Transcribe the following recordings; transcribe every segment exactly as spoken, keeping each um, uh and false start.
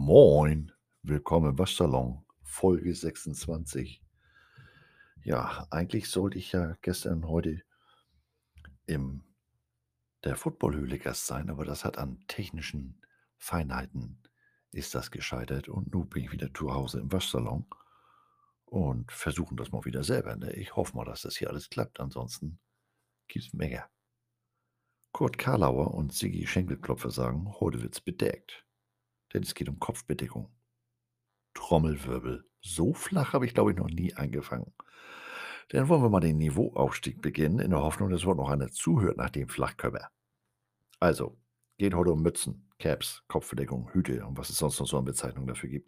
Moin, willkommen im Waschsalon, Folge sechsundzwanzig. Ja, eigentlich sollte ich ja gestern und heute in der Footballhöhle Gast sein, aber das hat an technischen Feinheiten ist das gescheitert und nun bin ich wieder zu Hause im Waschsalon und versuchen das mal wieder selber. Ne? Ich hoffe mal, dass das hier alles klappt, ansonsten gibt's Menge. Kurt Karlauer und Siggi Schenkelklopfer sagen, heute wird's bedeckt, denn es geht um Kopfbedeckung. Trommelwirbel. So flach habe ich, glaube ich, noch nie angefangen. Dann wollen wir mal den Niveauaufstieg beginnen, in der Hoffnung, dass überhaupt noch einer zuhört nach dem Flachkörper. Also, geht heute um Mützen, Caps, Kopfbedeckung, Hüte und was es sonst noch so an Bezeichnungen dafür gibt.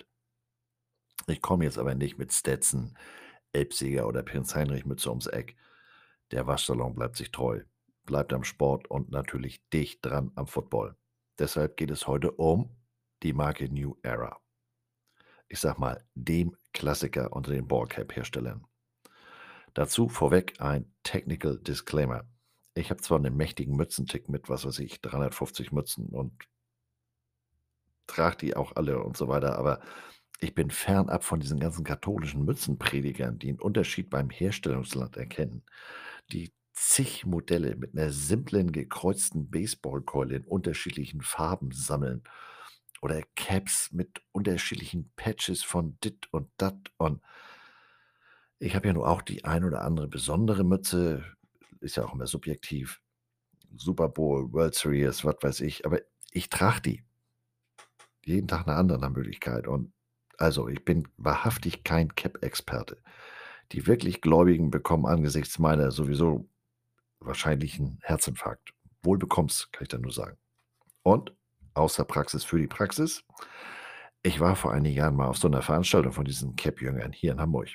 Ich komme jetzt aber nicht mit Stetson, Elbsäger oder Prinz Heinrich Mütze ums Eck. Der Waschsalon bleibt sich treu, bleibt am Sport und natürlich dicht dran am Football. Deshalb geht es heute um die Marke New Era. Ich sag mal, dem Klassiker unter den Ballcap-Herstellern. Dazu vorweg ein Technical Disclaimer. Ich habe zwar einen mächtigen Mützentick mit, was weiß ich, dreihundertfünfzig Mützen und trage die auch alle und so weiter, aber ich bin fernab von diesen ganzen katholischen Mützenpredigern, die einen Unterschied beim Herstellungsland erkennen, die zig Modelle mit einer simplen gekreuzten Baseballkeule in unterschiedlichen Farben sammeln oder Caps mit unterschiedlichen Patches von dit und dat und ich habe ja nur auch die ein oder andere besondere Mütze, ist ja auch immer subjektiv. Super Bowl, World Series, was weiß ich, aber ich trage die. Jeden Tag 'ne andere nach Möglichkeit und also, ich bin wahrhaftig kein Cap-Experte. Die wirklich Gläubigen bekommen angesichts meiner sowieso wahrscheinlichen Herzinfarkt. Wohl bekomm's, kann ich da nur sagen. Und aus der Praxis für die Praxis. Ich war vor einigen Jahren mal auf so 'ner Veranstaltung von diesen Cap-Jüngern hier in Hamburg.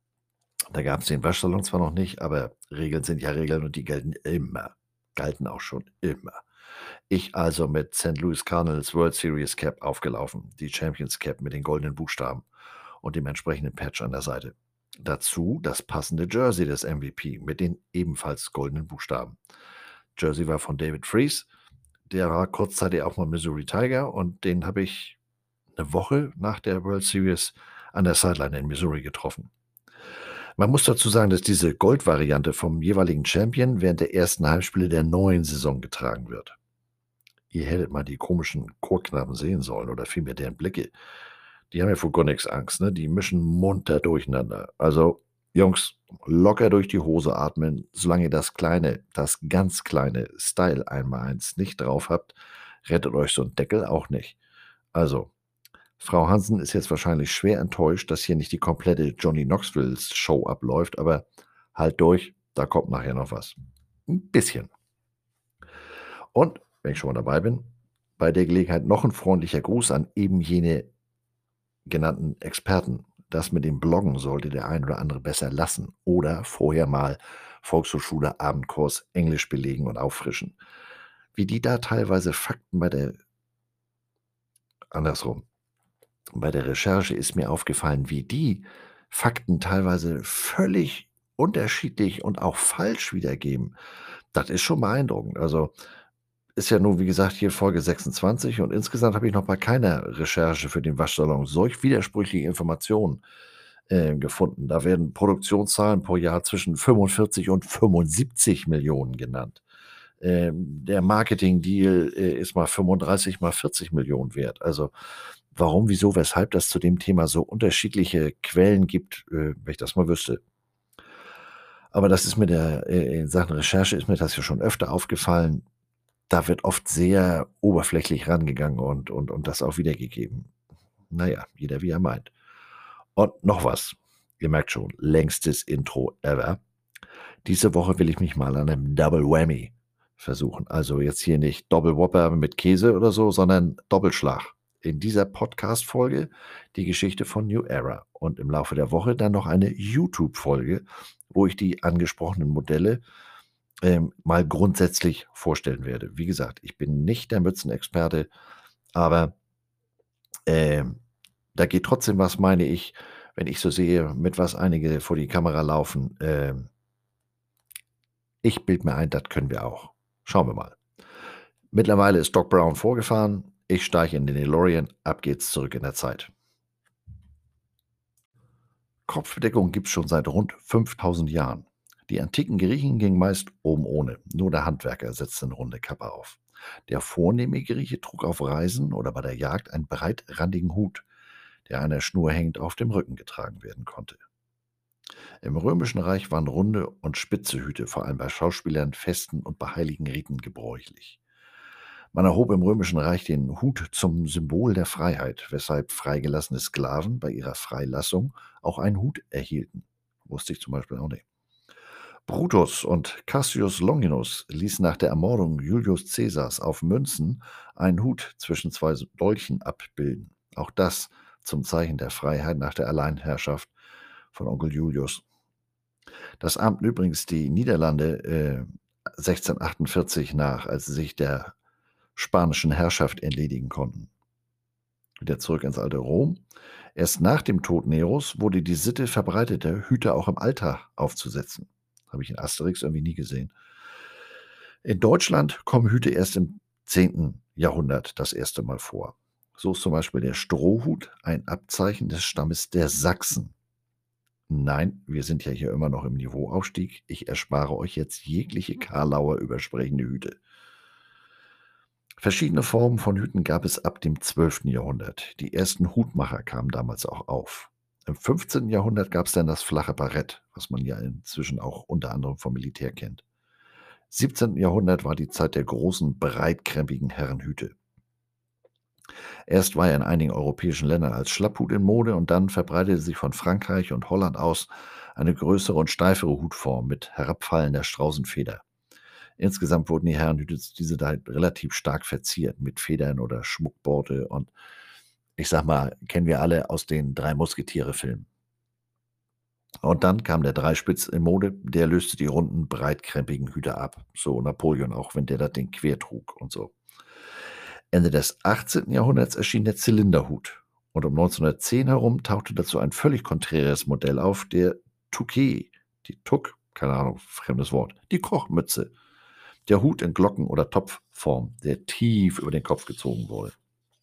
Da gab's den Waschsalon zwar noch nicht, aber Regeln sind ja Regeln und die gelten immer. Galten auch schon immer. Ich also mit Saint Louis Cardinals World Series Cap aufgelaufen, die Champions Cap mit den goldenen Buchstaben und dem entsprechenden Patch an der Seite. Dazu das passende Jersey des M V P mit den ebenfalls goldenen Buchstaben. Jersey war von David Freese, der war kurzzeitig auch mal Missouri Tiger und den habe ich 'ne Woche nach der World Series an der Sideline in Missouri getroffen. Man muss dazu sagen, dass diese Goldvariante vom jeweiligen Champion während der ersten Heimspiele der neuen Saison getragen wird. Ihr hättet mal die komischen Chorknaben sehen sollen oder vielmehr deren Blicke. Die haben ja vor gar nix Angst, ne? Die mischen munter durcheinander. Also, Jungs, locker durch die Hose atmen, solange ihr das kleine, das ganz kleine Style eins nicht drauf habt, rettet euch so 'n Deckel auch nicht. Also, Frau Hansen ist jetzt wahrscheinlich schwer enttäuscht, dass hier nicht die komplette Johnny Knoxville-Show abläuft, aber halt durch, da kommt nachher noch was. 'N bisschen. Und, wenn ich schon mal dabei bin, bei der Gelegenheit noch 'n freundlicher Gruß an eben jene genannten Experten. Das mit dem Bloggen sollte der ein oder andere besser lassen oder vorher mal Volkshochschule Abendkurs Englisch belegen und auffrischen. Wie die da teilweise Fakten bei der andersrum. Bei der Recherche ist mir aufgefallen, wie die Fakten teilweise völlig unterschiedlich und auch falsch wiedergeben. Das ist schon beeindruckend. Also, ist ja nun, wie gesagt, hier Folge sechsundzwanzig und insgesamt habe ich noch bei keiner Recherche für den Waschsalon solch widersprüchliche Informationen, äh, gefunden. Da werden Produktionszahlen pro Jahr zwischen fünfundvierzig und fünfundsiebzig Millionen genannt. Ähm, der Marketing-Deal, äh, ist mal fünfunddreißig, mal vierzig Millionen wert. Also, warum, wieso, weshalb das zu dem Thema so unterschiedliche Quellen gibt, äh, wenn ich das mal wüsste. Aber das ist mir der äh, in Sachen Recherche ist mir das ja schon öfter aufgefallen. Da wird oft sehr oberflächlich rangegangen und und und das auch wiedergegeben. Na ja, jeder wie er meint. Und noch was. Ihr merkt schon, längstes Intro ever. Diese Woche will ich mich mal an 'nem Double Whammy versuchen. Also, jetzt hier nicht Double Whopper mit Käse oder so, sondern Doppelschlag. In dieser Podcast-Folge die Geschichte von New Era und im Laufe der Woche dann noch eine YouTube-Folge, wo ich die angesprochenen Modelle, ähm, mal grundsätzlich vorstellen werde. Wie gesagt, ich bin nicht der Mützenexperte, aber, ähm, da geht trotzdem was, meine ich, wenn ich so sehe, mit was einige vor die Kamera laufen, ähm ich bilde mir ein, das können wir auch. Schauen wir mal. Mittlerweile ist Doc Brown vorgefahren. Ich steige in den DeLorean, ab geht's zurück in der Zeit. Kopfbedeckung gibt's schon seit rund fünftausend Jahren. Die antiken Griechen gingen meist oben ohne, nur der Handwerker setzte eine runde Kappe auf. Der vornehme Grieche trug auf Reisen oder bei der Jagd einen breitrandigen Hut, der an der Schnur hängend auf dem Rücken getragen werden konnte. Im Römischen Reich waren runde und spitze Hüte vor allem bei Schauspielern, Festen und bei heiligen Riten gebräuchlich. Man erhob im Römischen Reich den Hut zum Symbol der Freiheit, weshalb freigelassene Sklaven bei ihrer Freilassung auch einen Hut erhielten. Wusste ich zum Beispiel auch nicht. Brutus und Cassius Longinus ließen nach der Ermordung Julius Caesars auf Münzen einen Hut zwischen zwei Dolchen abbilden. Auch das zum Zeichen der Freiheit nach der Alleinherrschaft von Onkel Julius. Das ahmten übrigens die Niederlande äh, sechzehnhundertachtundvierzig nach, als sie sich der spanischen Herrschaft entledigen konnten. Wieder zurück ins alte Rom. Erst nach dem Tod Neros wurde die Sitte verbreitete, Hüte auch im Altar aufzusetzen. Habe ich in Asterix irgendwie nie gesehen. In Deutschland kommen Hüte erst im zehnten Jahrhundert das erste Mal vor. So ist zum Beispiel der Strohhut ein Abzeichen des Stammes der Sachsen. Nein, wir sind ja hier immer noch im Niveauaufstieg. Ich erspare euch jetzt jegliche Karlauer übersprechende Hüte. Verschiedene Formen von Hüten gab es ab dem zwölften Jahrhundert. Die ersten Hutmacher kamen damals auch auf. Im fünfzehnten Jahrhundert gab es dann das flache Barett, was man ja inzwischen auch unter anderem vom Militär kennt. siebzehnten Jahrhundert war die Zeit der großen, breitkrempigen Herrenhüte. Erst war er in einigen europäischen Ländern als Schlapphut in Mode und dann verbreitete sich von Frankreich und Holland aus eine größere und steifere Hutform mit herabfallender Straußenfeder. Insgesamt wurden die Herrenhüte diese da relativ stark verziert mit Federn oder Schmuckborte und ich sag mal, kennen wir alle aus den drei Musketiere-Filmen. Und dann kam der Dreispitz in Mode, der löste die runden, breitkrempigen Hüte ab. So Napoleon auch, wenn der das Ding quer trug und so. Ende des achtzehnten Jahrhunderts erschien der Zylinderhut. Und um neunzehnhundertzehn herum tauchte dazu ein völlig konträres Modell auf, der Touquet, die Tuck, keine Ahnung, fremdes Wort, die Kochmütze. Der Hut in Glocken- oder Topfform, der tief über den Kopf gezogen wurde.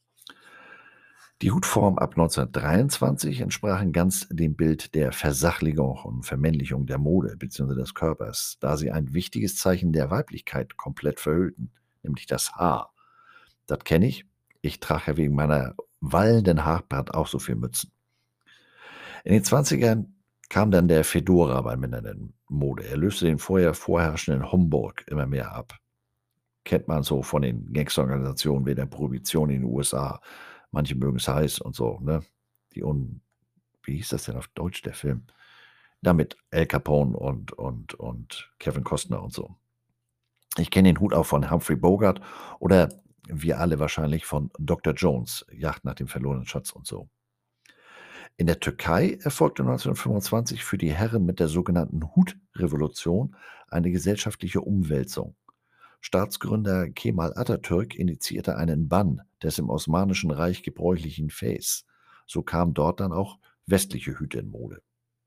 Die Hutform ab neunzehnhundertdreiundzwanzig entsprachen ganz dem Bild der Versachlichung und Vermännlichung der Mode bzw. des Körpers, da sie ein wichtiges Zeichen der Weiblichkeit komplett verhüllten, nämlich das Haar. Das kenne ich. Ich trage ja wegen meiner wallenden Haarbart auch so viel Mützen. In den zwanzigern kam dann der Fedora bei Männern in Mode. Er löste den vorher vorherrschenden Homburg immer mehr ab. Kennt man so von den Gangsterorganisationen wie der Prohibition in den U S A. Manche mögen es heiß und so, ne? Die un wie hieß das denn auf Deutsch, der Film? Da mit Al Capone und und und Kevin Costner und so. Ich kenne den Hut auch von Humphrey Bogart oder wir alle wahrscheinlich von Doktor Jones, Jagd nach dem verlorenen Schatz und so. In der Türkei erfolgte neunzehnhundertfünfundzwanzig für die Herren mit der sogenannten Hutrevolution eine gesellschaftliche Umwälzung. Staatsgründer Kemal Atatürk initiierte einen Bann des im Osmanischen Reich gebräuchlichen Fes. So kamen dort dann auch westliche Hüte in Mode.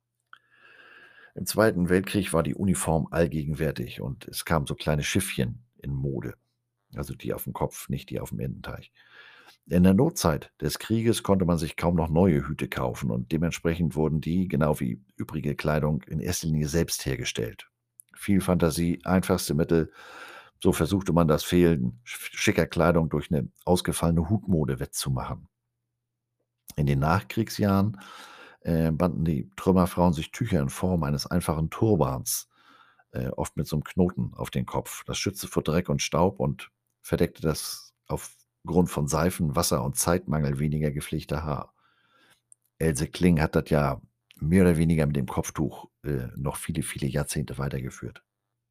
Im Zweiten Weltkrieg war die Uniform allgegenwärtig und es kamen so kleine Schiffchen in Mode. Also die auf dem Kopf, nicht die auf dem Ententeich. In der Notzeit des Krieges konnte man sich kaum noch neue Hüte kaufen und dementsprechend wurden die, genau wie übrige Kleidung, in erster Linie selbst hergestellt. Viel Fantasie, einfachste Mittel. So versuchte man das Fehlen schicker Kleidung durch eine ausgefallene Hutmode wettzumachen. In den Nachkriegsjahren äh, banden die Trümmerfrauen sich Tücher in Form eines einfachen Turbans, äh, oft mit so einem Knoten auf den Kopf. Das schützte vor Dreck und Staub und verdeckte das aufgrund von Seifen, Wasser und Zeitmangel weniger gepflegte Haar. Else Kling hat das ja mehr oder weniger mit dem Kopftuch äh, noch viele, viele Jahrzehnte weitergeführt.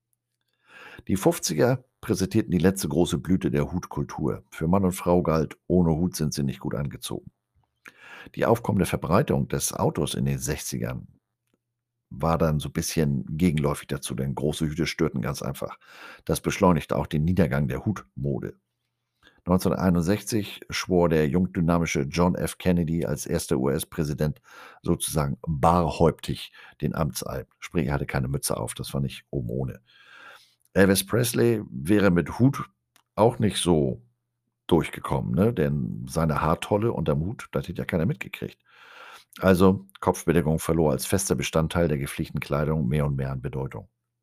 Die fünfziger präsentierten die letzte große Blüte der Hutkultur. Für Mann und Frau galt, ohne Hut sind sie nicht gut angezogen. Die aufkommende Verbreitung des Autos in den sechzigern war dann so ein bisschen gegenläufig dazu, denn große Hüte störten ganz einfach. Das beschleunigte auch den Niedergang der Hutmode. neunzehnhunderteinundsechzig schwor der jungdynamische John F. Kennedy als erster U S-Präsident sozusagen barhäuptig den Amtseid. Sprich, er hatte keine Mütze auf, das war nicht oben ohne. Elvis Presley wäre mit Hut auch nicht so durchgekommen, ne? Denn seine Haartolle unterm Hut, das hätte ja keiner mitgekriegt. Also, Kopfbedeckung verlor als fester Bestandteil der gepflegten Kleidung mehr und mehr an Bedeutung.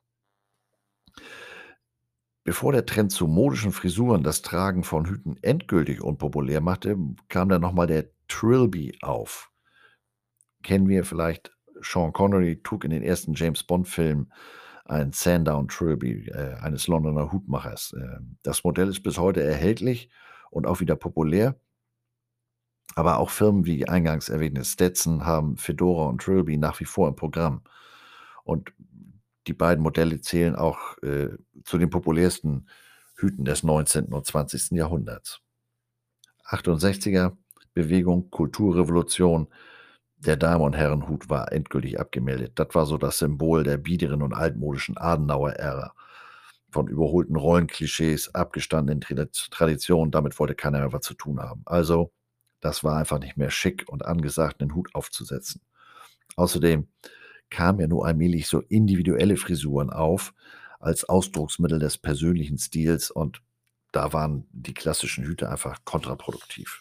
Bevor der Trend zu modischen Frisuren das Tragen von Hüten endgültig unpopulär machte, kam dann noch mal der Trilby auf. Kennen wir vielleicht, Sean Connery trug in den ersten James-Bond-Filmen ein Sandown Trilby, äh, eines Londoner Hutmachers. Ähm, das Modell ist bis heute erhältlich und auch wieder populär, aber auch Firmen wie eingangs erwähnte Stetson haben Fedora und Trilby nach wie vor im Programm. Und die beiden Modelle zählen auch, äh, zu den populärsten Hüten des neunzehnten und zwanzigsten Jahrhunderts. achtundsechziger Bewegung, Kulturrevolution. Der Damen und Herrenhut war endgültig abgemeldet. Das war so das Symbol der biederen und altmodischen Adenauer-Ära. Von überholten Rollenklischees, abgestandenen Trad Traditionen, damit wollte keiner mehr was zu tun haben. Also, das war einfach nicht mehr schick und angesagt, 'nen Hut aufzusetzen. Außerdem kamen ja nur allmählich so individuelle Frisuren auf als Ausdrucksmittel des persönlichen Stils und da waren die klassischen Hüte einfach kontraproduktiv.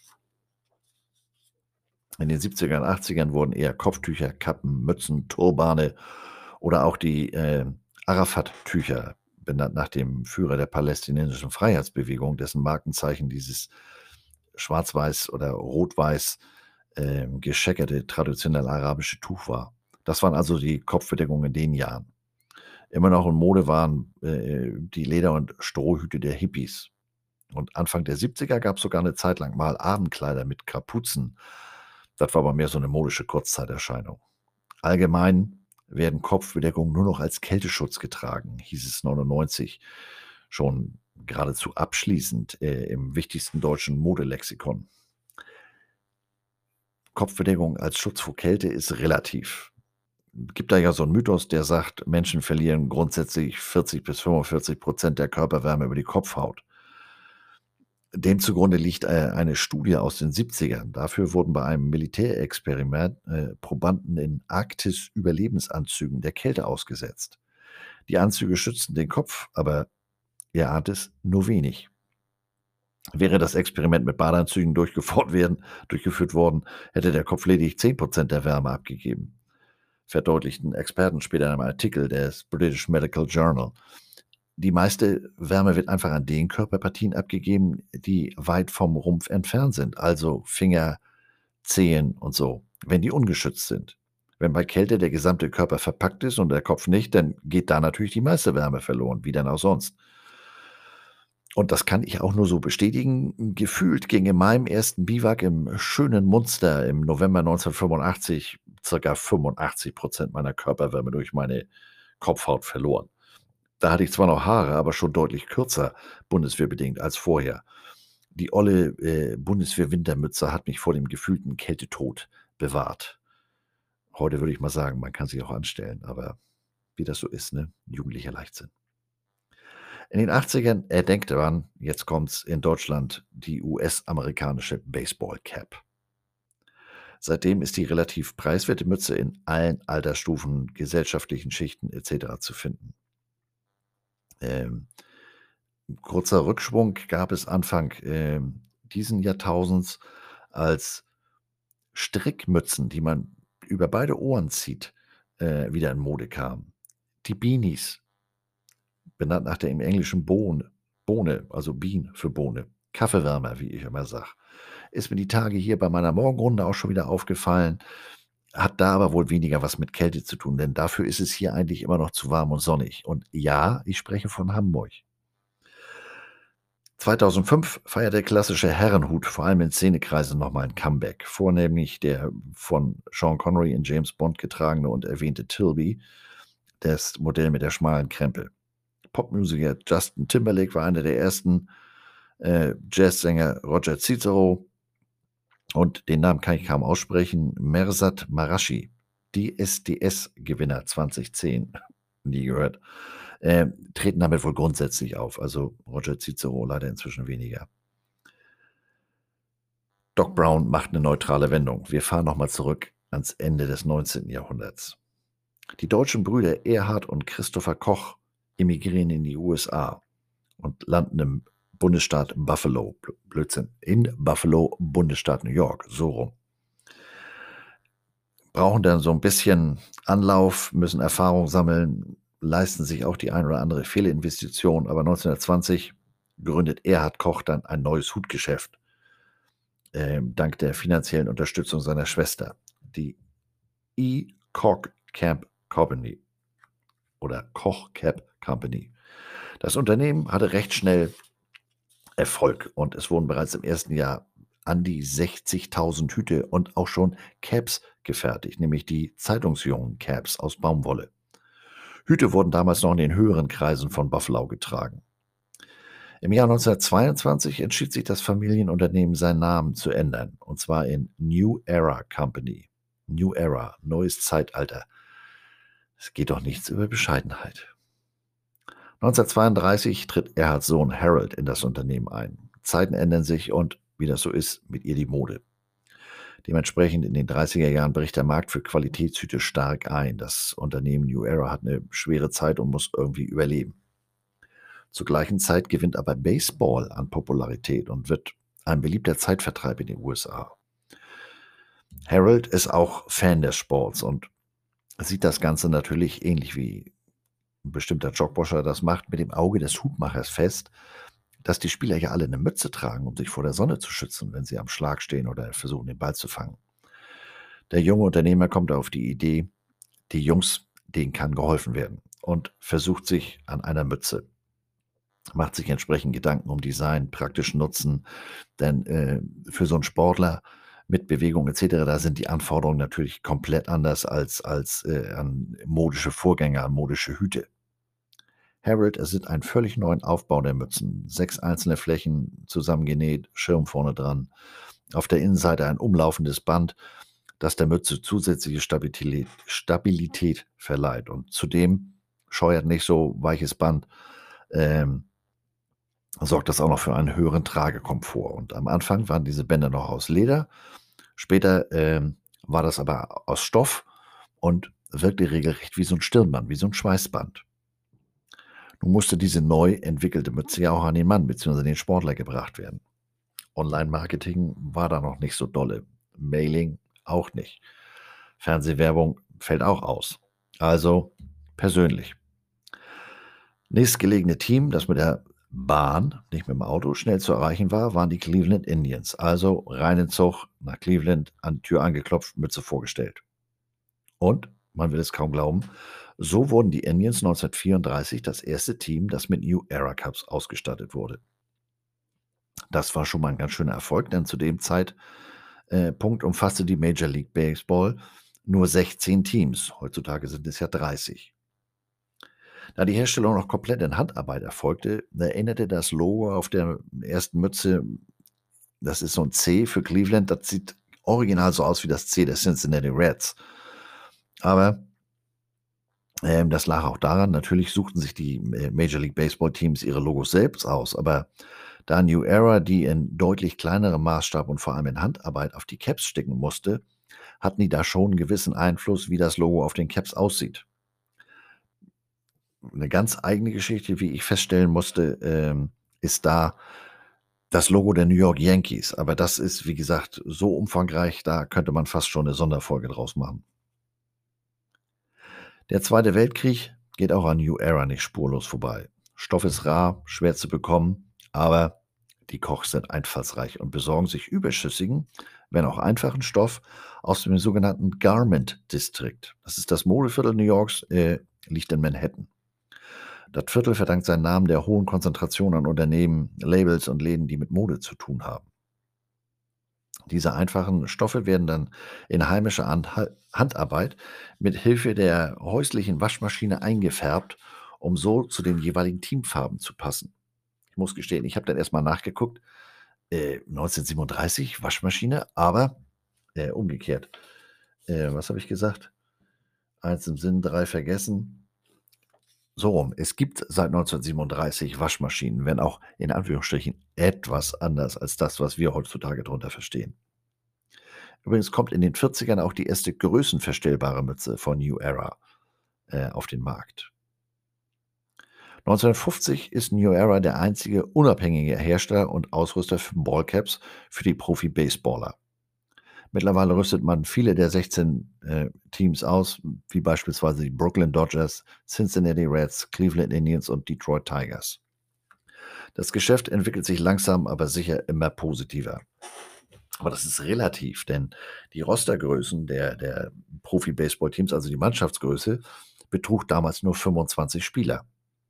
In den siebzigern, achtzigern wurden eher Kopftücher, Kappen, Mützen, Turbane oder auch die, äh, Arafat-Tücher, benannt nach dem Führer der palästinensischen Freiheitsbewegung, dessen Markenzeichen dieses schwarz-weiß oder rot-weiß, ähm, gescheckerte traditionell arabische Tuch war. Das waren also die Kopfbedeckungen in den Jahren. Immer noch in Mode waren, äh, die Leder und Strohhüte der Hippies. Und Anfang der siebziger gab's sogar 'ne Zeit lang mal Abendkleider mit Kapuzen. Das war aber mehr so 'ne modische Kurzzeiterscheinung. Allgemein werden Kopfbedeckungen nur noch als Kälteschutz getragen, hieß es neunundneunzig schon geradezu abschließend, äh, im wichtigsten deutschen Modelexikon. Kopfbedeckung als Schutz vor Kälte ist relativ. Gibt da ja so 'n Mythos, der sagt, Menschen verlieren grundsätzlich vierzig bis fünfundvierzig Prozent der Körperwärme über die Kopfhaut. Dem zugrunde liegt, äh, eine Studie aus den siebzigern. Dafür wurden bei einem Militärexperiment, äh, Probanden in Arktis-Überlebensanzügen der Kälte ausgesetzt. Die Anzüge schützten den Kopf, aber ihr ahnt es, nur wenig. Wäre das Experiment mit Badeanzügen durchgeführt werden durchgeführt worden, hätte der Kopf lediglich zehn Prozent der Wärme abgegeben, verdeutlichten Experten später in einem Artikel des British Medical Journal. Die meiste Wärme wird einfach an den Körperpartien abgegeben, die weit vom Rumpf entfernt sind, also Finger, Zehen und so, wenn die ungeschützt sind. Wenn bei Kälte der gesamte Körper verpackt ist und der Kopf nicht, dann geht da natürlich die meiste Wärme verloren, wie denn auch sonst. Und das kann ich auch nur so bestätigen. Gefühlt ging in meinem ersten Biwak im schönen Munster im November neunzehnhundertfünfundachtzig circa fünfundachtzig Prozent meiner Körperwärme durch meine Kopfhaut verloren. Da hatte ich zwar noch Haare, aber schon deutlich kürzer, bundeswehrbedingt, als vorher. Die olle, äh, Bundeswehr-Wintermütze hat mich vor dem gefühlten Kältetod bewahrt. Heute würde ich mal sagen, man kann sich auch anstellen, aber wie das so ist, ne? Jugendlicher Leichtsinn. In den achtzigern, er denkt dran, jetzt kommt's, in Deutschland die U S-amerikanische Baseball-Cap. Seitdem ist die relativ preiswerte Mütze in allen Altersstufen, gesellschaftlichen Schichten et cetera zu finden. Ähm, kurzer Rückschwung gab es Anfang, ähm, diesen Jahrtausends, als Strickmützen, die man über beide Ohren zieht, äh, wieder in Mode kamen. Die Beanies, benannt nach der im Englischen Bohn Bohne, also Bean für Bohne. Kaffeewärmer, wie ich immer sage. Ist mir die Tage hier bei meiner Morgenrunde auch schon wieder aufgefallen, hat da aber wohl weniger was mit Kälte zu tun, denn dafür ist es hier eigentlich immer noch zu warm und sonnig. Und ja, ich spreche von Hamburg. zweitausendfünf feiert der klassische Herrenhut vor allem in Szenekreisen noch mal 'n Comeback, vornehmlich der von Sean Connery in James Bond getragene und erwähnte Trilby, das Modell mit der schmalen Krempe. Popmusiker Justin Timberlake war einer der ersten, äh, Jazzsänger Roger Cicero und den Namen kann ich kaum aussprechen, Merzat Marashi, D S D S-Gewinner zweitausendzehn, nie gehört, ähm, treten damit wohl grundsätzlich auf, also Roger Cicero leider inzwischen weniger. Doc Brown macht 'ne neutrale Wendung. Wir fahren noch mal zurück ans Ende des neunzehnten Jahrhunderts. Die deutschen Brüder Erhard und Christopher Koch emigrieren in die U S A und landen im Bundesstaat Buffalo. Bl Blödsinn, in Buffalo, Bundesstaat New York, so rum. Brauchen dann so 'n bisschen Anlauf, müssen Erfahrung sammeln, leisten sich auch die ein oder andere Fehlinvestition, aber neunzehnhundertzwanzig gründet Erhard Koch dann ein neues Hutgeschäft ähm, dank der finanziellen Unterstützung seiner Schwester, die E. Koch Cab Company oder Koch Cab Company. Das Unternehmen hatte recht schnell Erfolg und es wurden bereits im ersten Jahr an die sechzigtausend Hüte und auch schon Caps gefertigt, nämlich die Zeitungsjungen-Caps aus Baumwolle. Hüte wurden damals noch in den höheren Kreisen von Buffalo getragen. Im Jahr neunzehnhundertzweiundzwanzig entschied sich das Familienunternehmen, seinen Namen zu ändern, und zwar in New Era Company. New Era, neues Zeitalter. Es geht doch nichts über Bescheidenheit. neunzehnhundertzweiunddreißig tritt Erhards Sohn Harold in das Unternehmen ein. Zeiten ändern sich und, wie das so ist, mit ihr die Mode. Dementsprechend in den dreißiger Jahren bricht der Markt für Qualitätshüte stark ein. Das Unternehmen New Era hat eine schwere Zeit und muss irgendwie überleben. Zur gleichen Zeit gewinnt aber Baseball an Popularität und wird ein beliebter Zeitvertreib in den U S A. Harold ist auch Fan des Sports und sieht das Ganze natürlich ähnlich wie 'n bestimmter Jogwasher das macht, mit dem Auge des Hutmachers fest, dass die Spieler ja alle 'ne Mütze tragen, um sich vor der Sonne zu schützen, wenn sie am Schlag stehen oder versuchen, den Ball zu fangen. Der junge Unternehmer kommt auf die Idee, die Jungs, denen kann geholfen werden, und versucht sich an einer Mütze. Macht sich entsprechend Gedanken um Design, praktischen Nutzen, denn, äh, für so 'n Sportler mit Bewegung et cetera, da sind die Anforderungen natürlich komplett anders als als, äh, an modische Vorgänger, an modische Hüte. Harold ersinnt einen völlig neuen Aufbau der Mützen. sechs einzelne Flächen zusammengenäht, Schirm vorne dran. Auf der Innenseite ein umlaufendes Band, das der Mütze zusätzliche Stabilität Stabilität verleiht. Und zudem scheuert nicht so weiches Band, ähm, sorgt das auch noch für einen höheren Tragekomfort. Und am Anfang waren diese Bänder noch aus Leder. Später, ähm, war das aber aus Stoff und wirkte regelrecht wie so 'n Stirnband, wie so 'n Schweißband. Nun musste diese neu entwickelte Mütze ja auch an den Mann beziehungsweise den Sportler gebracht werden. Online-Marketing war da noch nicht so dolle, Mailing auch nicht. Fernsehwerbung fällt auch aus. Also persönlich. Nächstgelegene Team, das mit der Bahn, nicht mit dem Auto, schnell zu erreichen war, waren die Cleveland Indians. Also rein in Zug nach Cleveland, an Tür angeklopft, Mütze vorgestellt. Und, man will es kaum glauben, so wurden die Indians neunzehnhundertvierunddreißig das erste Team, das mit New Era Cups ausgestattet wurde. Das war schon mal 'n ganz schöner Erfolg, denn zu dem Zeit äh, Punkt umfasste die Major League Baseball nur sechzehn Teams. Heutzutage sind es ja dreißig. Da die Herstellung noch komplett in Handarbeit erfolgte, erinnerte das Logo auf der ersten Mütze das ist so 'n C für Cleveland, das sieht original so aus wie das C der Cincinnati Reds. Aber ähm, das lag auch daran, natürlich suchten sich die, äh, Major League Baseball Teams ihre Logos selbst aus, aber da New Era die in deutlich kleinerem Maßstab und vor allem in Handarbeit auf die Caps sticken musste, hatten die da schon 'n gewissen Einfluss, wie das Logo auf den Caps aussieht. 'Ne ganz eigene Geschichte, wie ich feststellen musste, ähm, ist da das Logo der New York Yankees. Aber das ist, wie gesagt, so umfangreich, da könnte man fast schon 'ne Sonderfolge draus machen. Der Zweite Weltkrieg geht auch an New Era nicht spurlos vorbei. Stoff ist rar, schwer zu bekommen, aber die Kochs sind einfallsreich und besorgen sich überschüssigen, wenn auch einfachen Stoff aus dem sogenannten Garment District. Das ist das Modeviertel New Yorks, äh, liegt in Manhattan. Das Viertel verdankt seinen Namen der hohen Konzentration an Unternehmen, Labels und Läden, die mit Mode zu tun haben. Diese einfachen Stoffe werden dann in heimischer Hand Handarbeit mit Hilfe der häuslichen Waschmaschine eingefärbt, um so zu den jeweiligen Teamfarben zu passen. Ich muss gestehen, ich habe dann erst mal nachgeguckt, äh, neunzehnhundertsiebenunddreißig Waschmaschine, aber äh, umgekehrt. Äh, was habe ich gesagt? eins im Sinn, drei vergessen. So rum. Es gibt seit neunzehnhundertsiebenunddreißig Waschmaschinen, wenn auch in Anführungsstrichen etwas anders als das, was wir heutzutage drunter verstehen. Übrigens kommt in den Vierzigern auch die erste größenverstellbare Mütze von New Era, äh, auf den Markt. neunzehnhundertfünfzig ist New Era der einzige unabhängige Hersteller und Ausrüster für Ballcaps für die Profi-Baseballer. Mittlerweile rüstet man viele der sechzehn äh, Teams aus, wie beispielsweise die Brooklyn Dodgers, Cincinnati Reds, Cleveland Indians und Detroit Tigers. Das Geschäft entwickelt sich langsam, aber sicher immer positiver. Aber das ist relativ, denn die Rostergrößen der, der Profi-Baseball-Teams, also die Mannschaftsgröße, betrug damals nur fünfundzwanzig Spieler.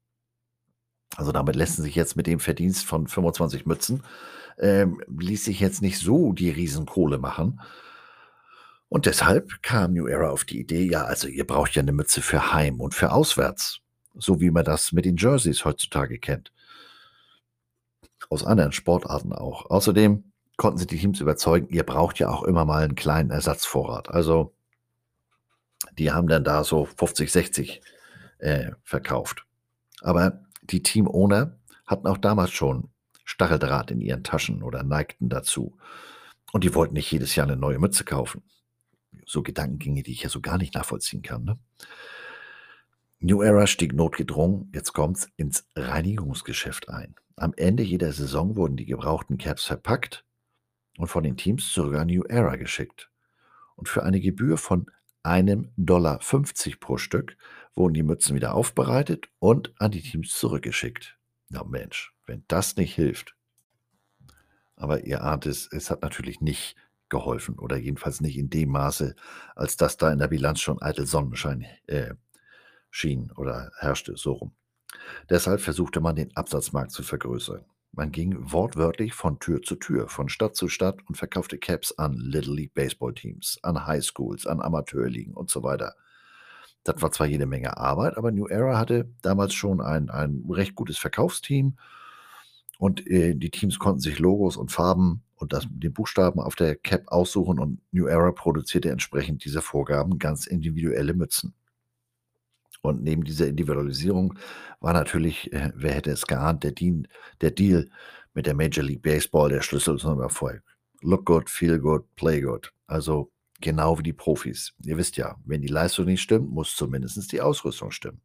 Also damit lässt sich jetzt mit dem Verdienst von fünfundzwanzig Mützen, ähm, ließ sich jetzt nicht so die Riesenkohle machen. Und deshalb kam New Era auf die Idee, ja, also ihr braucht ja eine Mütze für Heim und für Auswärts, so wie man das mit den Jerseys heutzutage kennt. Aus anderen Sportarten auch. Außerdem konnten sie die Teams überzeugen, ihr braucht ja auch immer mal einen kleinen Ersatzvorrat. Also die haben dann da so fünfzig, sechzig äh, verkauft. Aber die Team-Owner hatten auch damals schon Stacheldraht in ihren Taschen oder neigten dazu. Und die wollten nicht jedes Jahr eine neue Mütze kaufen. So Gedankengänge, die ich ja so gar nicht nachvollziehen kann. Ne? New Era stieg notgedrungen, jetzt kommt's, ins Reinigungsgeschäft ein. Am Ende jeder Saison wurden die gebrauchten Caps verpackt und von den Teams zurück an New Era geschickt. Und für eine Gebühr von einem Dollar fünfzig pro Stück wurden die Mützen wieder aufbereitet und an die Teams zurückgeschickt. Na Mensch, wenn das nicht hilft. Aber ihr ahnt es, es hat natürlich nicht geholfen oder jedenfalls nicht in dem Maße, als dass da in der Bilanz schon eitel Sonnenschein äh, schien oder herrschte, so rum. Deshalb versuchte man, den Absatzmarkt zu vergrößern. Man ging wortwörtlich von Tür zu Tür, von Stadt zu Stadt und verkaufte Caps an Little League Baseball Teams, an Highschools, an Amateurligen und so weiter. Das war zwar jede Menge Arbeit, aber New Era hatte damals schon ein, ein recht gutes Verkaufsteam und äh, die Teams konnten sich Logos und Farben und das, den Buchstaben auf der Cap aussuchen und New Era produzierte entsprechend dieser Vorgaben ganz individuelle Mützen. Und neben dieser Individualisierung war natürlich, äh, wer hätte es geahnt, der, Dien, der Deal mit der Major League Baseball der Schlüssel zum Erfolg. Look good, feel good, play good. Also genau wie die Profis. Ihr wisst ja, wenn die Leistung nicht stimmt, muss zumindest die Ausrüstung stimmen.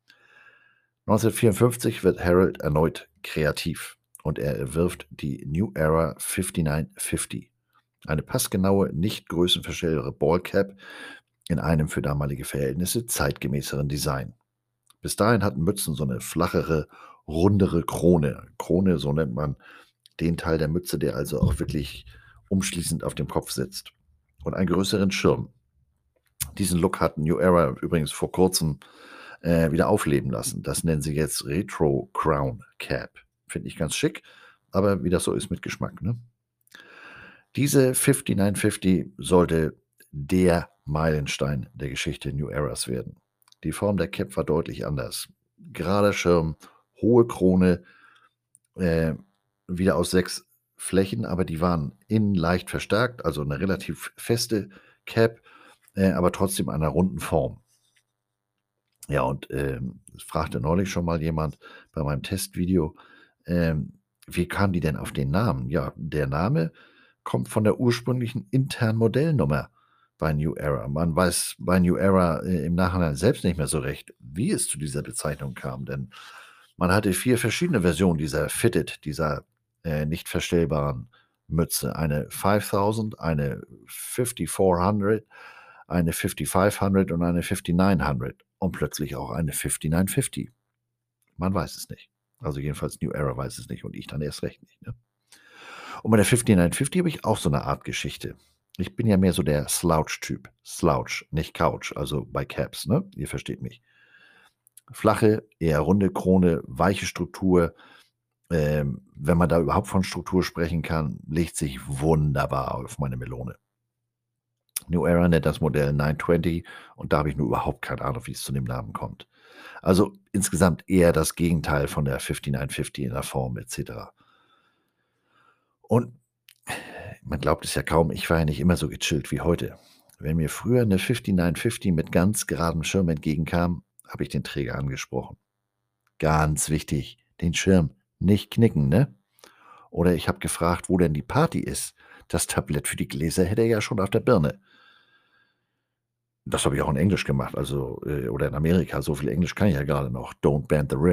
neunzehnhundertvierundfünfzig wird Harold erneut kreativ und er entwirft die New Era neunundfünfzig fünfzig. Eine passgenaue, nicht größenverstellbare Ballcap in einem für damalige Verhältnisse zeitgemäßeren Design. Bis dahin hatten Mützen so eine flachere, rundere Krone. Krone, so nennt man den Teil der Mütze, der also auch wirklich umschließend auf dem Kopf sitzt. Und einen größeren Schirm. Diesen Look hat New Era übrigens vor kurzem äh, wieder aufleben lassen. Das nennen sie jetzt Retro Crown Cap. Finde ich ganz schick, aber wie das so ist mit Geschmack. Ne? Diese neunundfünfzig fünfzig sollte der Meilenstein der Geschichte New Eras werden. Die Form der Cap war deutlich anders. Gerader Schirm, hohe Krone, äh, wieder aus sechs Flächen, aber die waren innen leicht verstärkt, also eine relativ feste Cap, äh, aber trotzdem einer runden Form. Ja, und ähm, es fragte neulich schon mal jemand bei meinem Testvideo, ähm, wie kam die denn auf den Namen? Ja, der Name kommt von der ursprünglichen internen Modellnummer bei New Era. Man weiß bei New Era äh, im Nachhinein selbst nicht mehr so recht, wie es zu dieser Bezeichnung kam, denn man hatte vier verschiedene Versionen dieser Fitted, dieser äh, nicht verstellbaren Mütze. Eine fünftausend, eine fünftausendvierhundert, eine fünftausendfünfhundert und eine fünftausendneunhundert und plötzlich auch eine neunundfünfzig fünfzig. Man weiß es nicht. Also jedenfalls New Era weiß es nicht und ich dann erst recht nicht. Ne? Und bei der neunundfünfzig fünfzig habe ich auch so eine Art Geschichte. Ich bin ja mehr so der Slouch-Typ. Slouch, nicht Couch, also bei Caps, ne? Ihr versteht mich. Flache, eher runde Krone, weiche Struktur. Ähm, wenn man da überhaupt von Struktur sprechen kann, legt sich wunderbar auf meine Melone. New Era nennt das Modell neunhundertzwanzig und da habe ich nur überhaupt keine Ahnung, wie es zu dem Namen kommt. Also insgesamt eher das Gegenteil von der neunundfünfzig fünfzig in der Form et cetera. Und man glaubt es ja kaum, ich war ja nicht immer so gechillt wie heute. Wenn mir früher eine neunundfünfzig fünfzig mit ganz geradem Schirm entgegenkam, habe ich den Träger angesprochen. Ganz wichtig, den Schirm nicht knicken, ne? Oder ich habe gefragt, wo denn die Party ist. Das Tablett für die Gläser hätte er ja schon auf der Birne. Das habe ich auch in Englisch gemacht, also äh, oder in Amerika. So viel Englisch kann ich ja gerade noch. Don't bend the rim.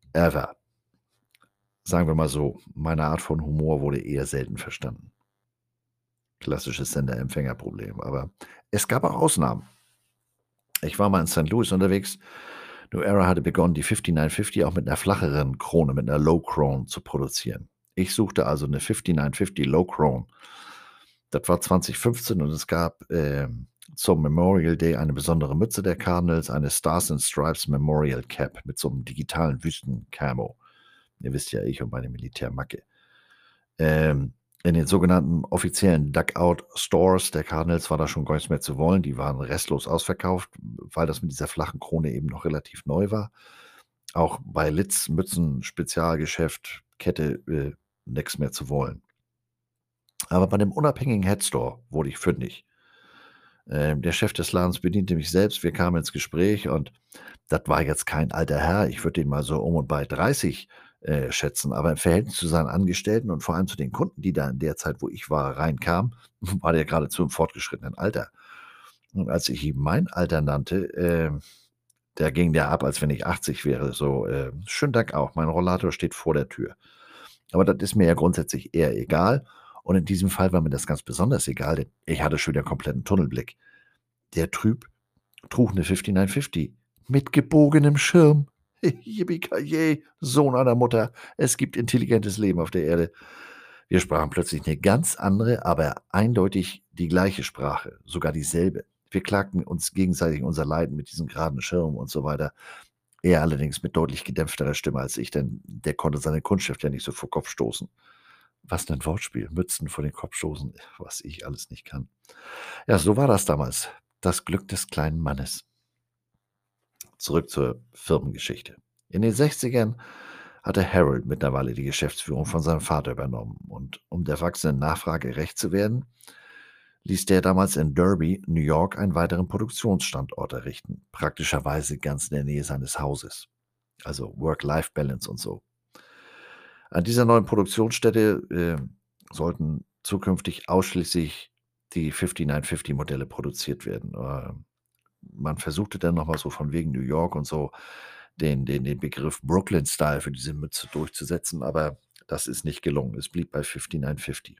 ever. Sagen wir mal so, meine Art von Humor wurde eher selten verstanden. Klassisches Sender-Empfänger-Problem, aber es gab auch Ausnahmen. Ich war mal in Saint Louis unterwegs. New Era hatte begonnen, die fifty-nine fifty auch mit einer flacheren Krone, mit einer Low Crown zu produzieren. Ich suchte also eine fifty-nine fifty Low Crown. Das war zwanzig fünfzehn und es gab, ähm, zum Memorial Day eine besondere Mütze der Cardinals, eine Stars and Stripes Memorial Cap mit so 'nem digitalen Wüsten-Camo. Ihr wisst ja, ich und meine Militärmacke. Ähm, in den sogenannten offiziellen Dugout-Stores der Cardinals war da schon gar nichts mehr zu wollen. Die waren restlos ausverkauft, weil das mit dieser flachen Krone eben noch relativ neu war. Auch bei Litz Mützen, Spezialgeschäft, Kette, äh, nix mehr zu wollen. Aber bei dem unabhängigen Headstore wurde ich fündig. Ähm, der Chef des Ladens bediente mich selbst. Wir kamen ins Gespräch und das war jetzt kein alter Herr. Ich würde ihn mal so um und bei dreißig, äh, schätzen, aber im Verhältnis zu seinen Angestellten und vor allem zu den Kunden, die da in der Zeit, wo ich war, reinkamen, war der geradezu im fortgeschrittenen Alter. Und als ich ihm mein Alter nannte, ähm, da ging der ab, als wenn ich achtzig wäre, so, äh: „Schönen Dank auch, mein Rollator steht vor der Tür." Aber das ist mir ja grundsätzlich eher egal und in diesem Fall war mir das ganz besonders egal, denn ich hatte schon wieder kompletten Tunnelblick. Der Typ trug 'ne fifty-nine fifty mit gebogenem Schirm. Yippie ki Sohn einer Mutter. Es gibt intelligentes Leben auf der Erde. Wir sprachen plötzlich 'ne ganz andere, aber eindeutig die gleiche Sprache, sogar dieselbe. Wir klagten uns gegenseitig unser Leid mit diesem geraden Schirm und so weiter. Er allerdings mit deutlich gedämpfterer Stimme als ich, denn der konnte seine Kundschaft ja nicht so vor Kopf stoßen. Was 'nen Wortspiel, Mützen vor den Kopf stoßen, was ich alles nicht kann. Ja, so war das damals. Das Glück des kleinen Mannes. Zurück zur Firmengeschichte. In den Sechzigern hatte Harold mittlerweile die Geschäftsführung von seinem Vater übernommen und um der wachsenden Nachfrage gerecht zu werden, ließ der damals in Derby, New York, einen weiteren Produktionsstandort errichten, praktischerweise ganz in der Nähe seines Hauses. Also Work-Life-Balance und so. An dieser neuen Produktionsstätte, äh, sollten zukünftig ausschließlich die fifty-nine fifty Modelle produziert werden. Äh, man versuchte dann noch mal so von wegen New York und so den den den Begriff Brooklyn Style für diese Mütze durchzusetzen, aber das ist nicht gelungen. Es blieb bei fifty-nine fifty.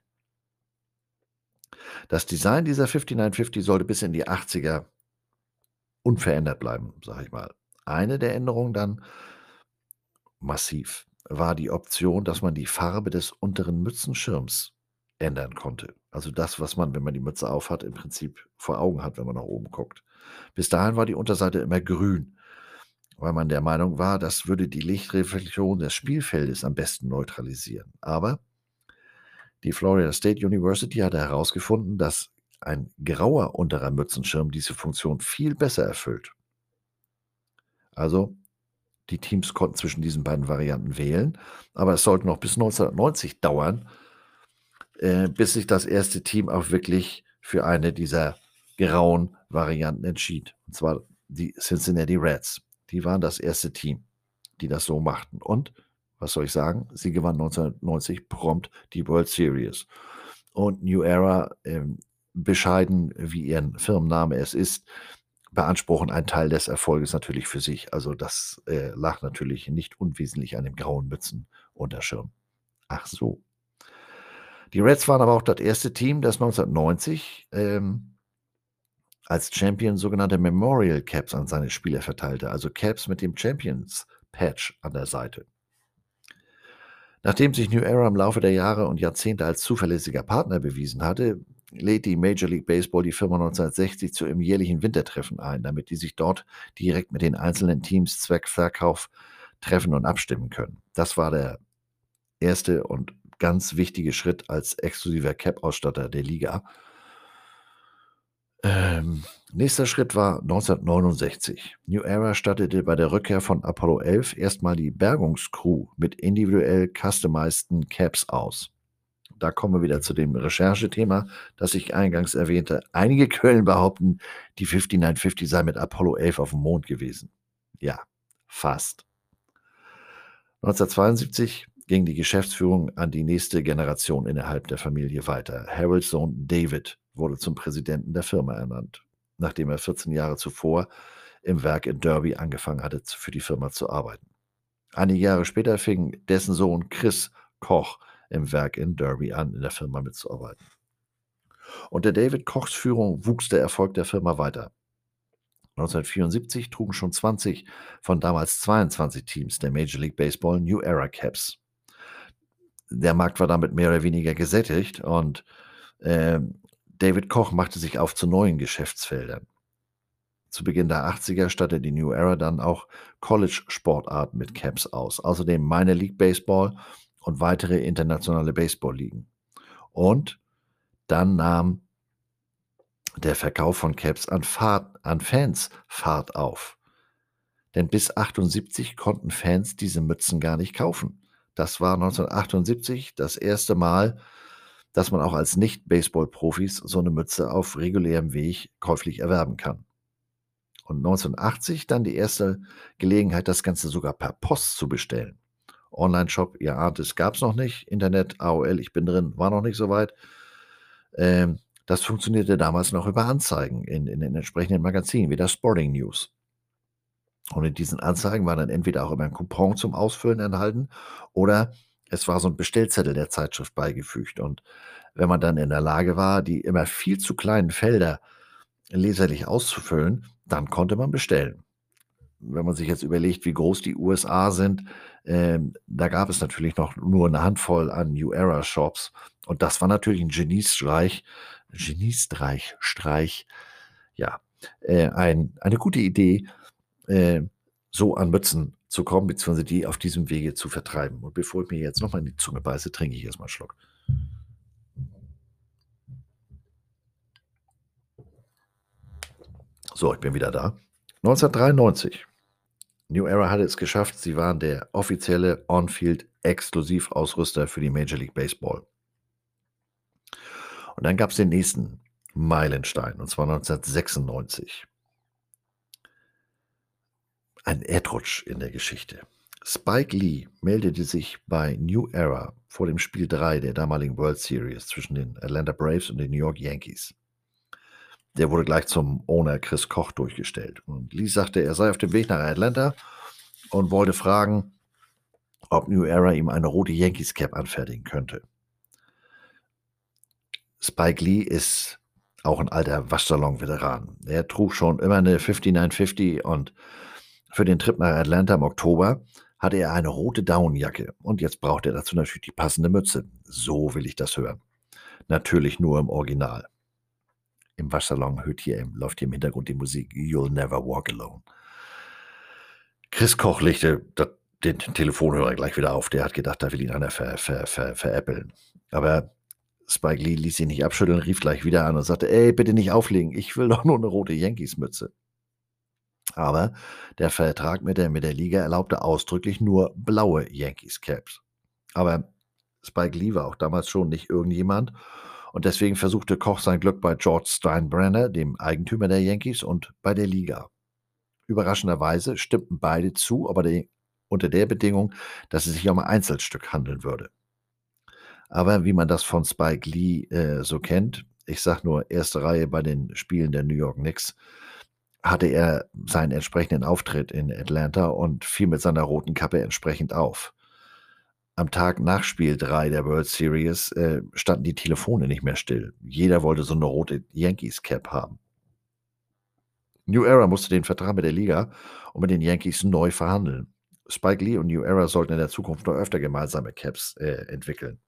Das Design dieser fifty-nine fifty sollte bis in die achtziger unverändert bleiben, sage ich mal. Eine der Änderungen dann massiv, war die Option, dass man die Farbe des unteren Mützenschirms ändern konnte. Also das, was man, wenn man die Mütze aufhat, im Prinzip vor Augen hat, wenn man nach oben guckt. Bis dahin war die Unterseite immer grün, weil man der Meinung war, das würde die Lichtreflexion des Spielfeldes am besten neutralisieren. Aber die Florida State University hatte herausgefunden, dass ein grauer unterer Mützenschirm diese Funktion viel besser erfüllt. Also, die Teams konnten zwischen diesen beiden Varianten wählen, aber es sollte noch bis neunzehnhundertneunzig dauern, äh, bis sich das erste Team auch wirklich für eine dieser grauen Varianten entschied. Und zwar die Cincinnati Reds. Die waren das erste Team, die das so machten. Und was soll ich sagen? Sie gewannen neunzehnhundertneunzig prompt die World Series. Und New Era, ähm, bescheiden wie ihren Firmenname es ist, beanspruchen einen Teil des Erfolges natürlich für sich. Also das, äh, lag natürlich nicht unwesentlich an dem grauen Mützenunterschirm. Ach so. Die Reds waren aber auch das erste Team, das neunzehnhundertneunzig, ähm, als Champion sogenannte Memorial Caps an seine Spieler verteilte, also Caps mit dem Champions Patch an der Seite. Nachdem sich New Era im Laufe der Jahre und Jahrzehnte als zuverlässiger Partner bewiesen hatte, lädt die Major League Baseball die Firma neunzehnhundertsechzig zu ihrem jährlichen Wintertreffen ein, damit die sich dort direkt mit den einzelnen Teams zwecks Verkauf treffen und abstimmen können. Das war der erste und ganz wichtige Schritt als exklusiver Cap-Ausstatter der Liga. Ähm, nächster Schritt war neunzehnhundertneunundsechzig. New Era stattete bei der Rückkehr von Apollo elf erstmal die Bergungscrew mit individuell customizeden Caps aus. Da kommen wir wieder zu dem Recherchethema, das ich eingangs erwähnte. Einige Quellen behaupten, die fifty-nine fifty sei mit Apollo elf auf dem Mond gewesen. Ja, fast. neunzehnhundertzweiundsiebzig ging die Geschäftsführung an die nächste Generation innerhalb der Familie weiter. Harolds Sohn David wurde zum Präsidenten der Firma ernannt, nachdem er vierzehn Jahre zuvor im Werk in Derby angefangen hatte, für die Firma zu arbeiten. Einige Jahre später fing dessen Sohn Chris Koch im Werk in Derby an, in der Firma mitzuarbeiten. Unter David Kochs Führung wuchs der Erfolg der Firma weiter. neunzehnhundertvierundsiebzig trugen schon zwanzig von damals zweiundzwanzig Teams der Major League Baseball New Era Caps. Der Markt war damit mehr oder weniger gesättigt und ähm, David Koch machte sich auf zu neuen Geschäftsfeldern. Zu Beginn der achtziger stattete die New Era dann auch College-Sportarten mit Caps aus, außerdem Minor League Baseball und weitere internationale Baseball-Ligen. Und dann nahm der Verkauf von Caps an, Fahrt, an Fans Fahrt auf. Denn bis achtundsiebzig konnten Fans diese Mützen gar nicht kaufen. Das war neunzehnhundertachtundsiebzig das erste Mal, dass man auch als Nicht-Baseball-Profis so eine Mütze auf regulärem Weg käuflich erwerben kann. Und neunzehnhundertachtzig dann die erste Gelegenheit, das Ganze sogar per Post zu bestellen. Online-Shop, ihr ahnt es, gab es noch nicht. Internet, A O L, ich bin drin, war noch nicht so weit. Ähm, das funktionierte damals noch über Anzeigen in, in den entsprechenden Magazinen, wie das Sporting News. Und in diesen Anzeigen war dann entweder auch immer ein Coupon zum Ausfüllen enthalten oder es war so ein Bestellzettel der Zeitschrift beigefügt. Und wenn man dann in der Lage war, die immer viel zu kleinen Felder leserlich auszufüllen, dann konnte man bestellen. Wenn man sich jetzt überlegt, wie groß die U S A sind, ähm, da gab es natürlich noch nur eine Handvoll an New Era Shops. Und das war natürlich ein Geniestreich, Geniestreich, Streich, ja, äh, ein, eine gute Idee, äh, so an Mützen zu kommen, beziehungsweise die auf diesem Wege zu vertreiben. Und bevor ich mir jetzt nochmal in die Zunge beiße, trinke ich erstmal einen Schluck. So, ich bin wieder da. neunzehnhundertdreiundneunzig. New Era hatte es geschafft, sie waren der offizielle On-Field-Exklusivausrüster für die Major League Baseball. Und dann gab es den nächsten Meilenstein, und zwar neunzehnhundertsechsundneunzig. Ein Erdrutsch in der Geschichte. Spike Lee meldete sich bei New Era vor dem Spiel drei der damaligen World Series zwischen den Atlanta Braves und den New York Yankees. Der wurde gleich zum Owner Chris Koch durchgestellt. Und Lee sagte, er sei auf dem Weg nach Atlanta und wollte fragen, ob New Era ihm eine rote Yankees Cap anfertigen könnte. Spike Lee ist auch ein alter Waschsalon-Veteran. Er trug schon immer eine neunundfünfzig fünfzig und für den Trip nach Atlanta im Oktober hatte er eine rote Daunenjacke und jetzt braucht er dazu natürlich die passende Mütze. So will ich das hören. Natürlich nur im Original. Im Waschsalon hört hier, läuft hier im Hintergrund die Musik You'll Never Walk Alone. Chris Koch legte das, den Telefonhörer gleich wieder auf. Der hat gedacht, da will ihn einer ver, ver, ver, veräppeln. Aber Spike Lee ließ ihn nicht abschütteln, rief gleich wieder an und sagte, ey, bitte nicht auflegen, ich will doch nur eine rote Yankees-Mütze. Aber der Vertrag mit der, mit der Liga erlaubte ausdrücklich nur blaue Yankees-Caps. Aber Spike Lee war auch damals schon nicht irgendjemand und deswegen versuchte Koch sein Glück bei George Steinbrenner, dem Eigentümer der Yankees, und bei der Liga. Überraschenderweise stimmten beide zu, aber die, unter der Bedingung, dass es sich um ein Einzelstück handeln würde. Aber wie man das von Spike Lee äh, so kennt, ich sag nur erste Reihe bei den Spielen der New York Knicks, hatte er seinen entsprechenden Auftritt in Atlanta und fiel mit seiner roten Kappe entsprechend auf. Am Tag nach Spiel drei der World Series äh, standen die Telefone nicht mehr still. Jeder wollte so eine rote Yankees-Cap haben. New Era musste den Vertrag mit der Liga und mit den Yankees neu verhandeln. Spike Lee und New Era sollten in der Zukunft noch öfter gemeinsame Caps äh, entwickeln.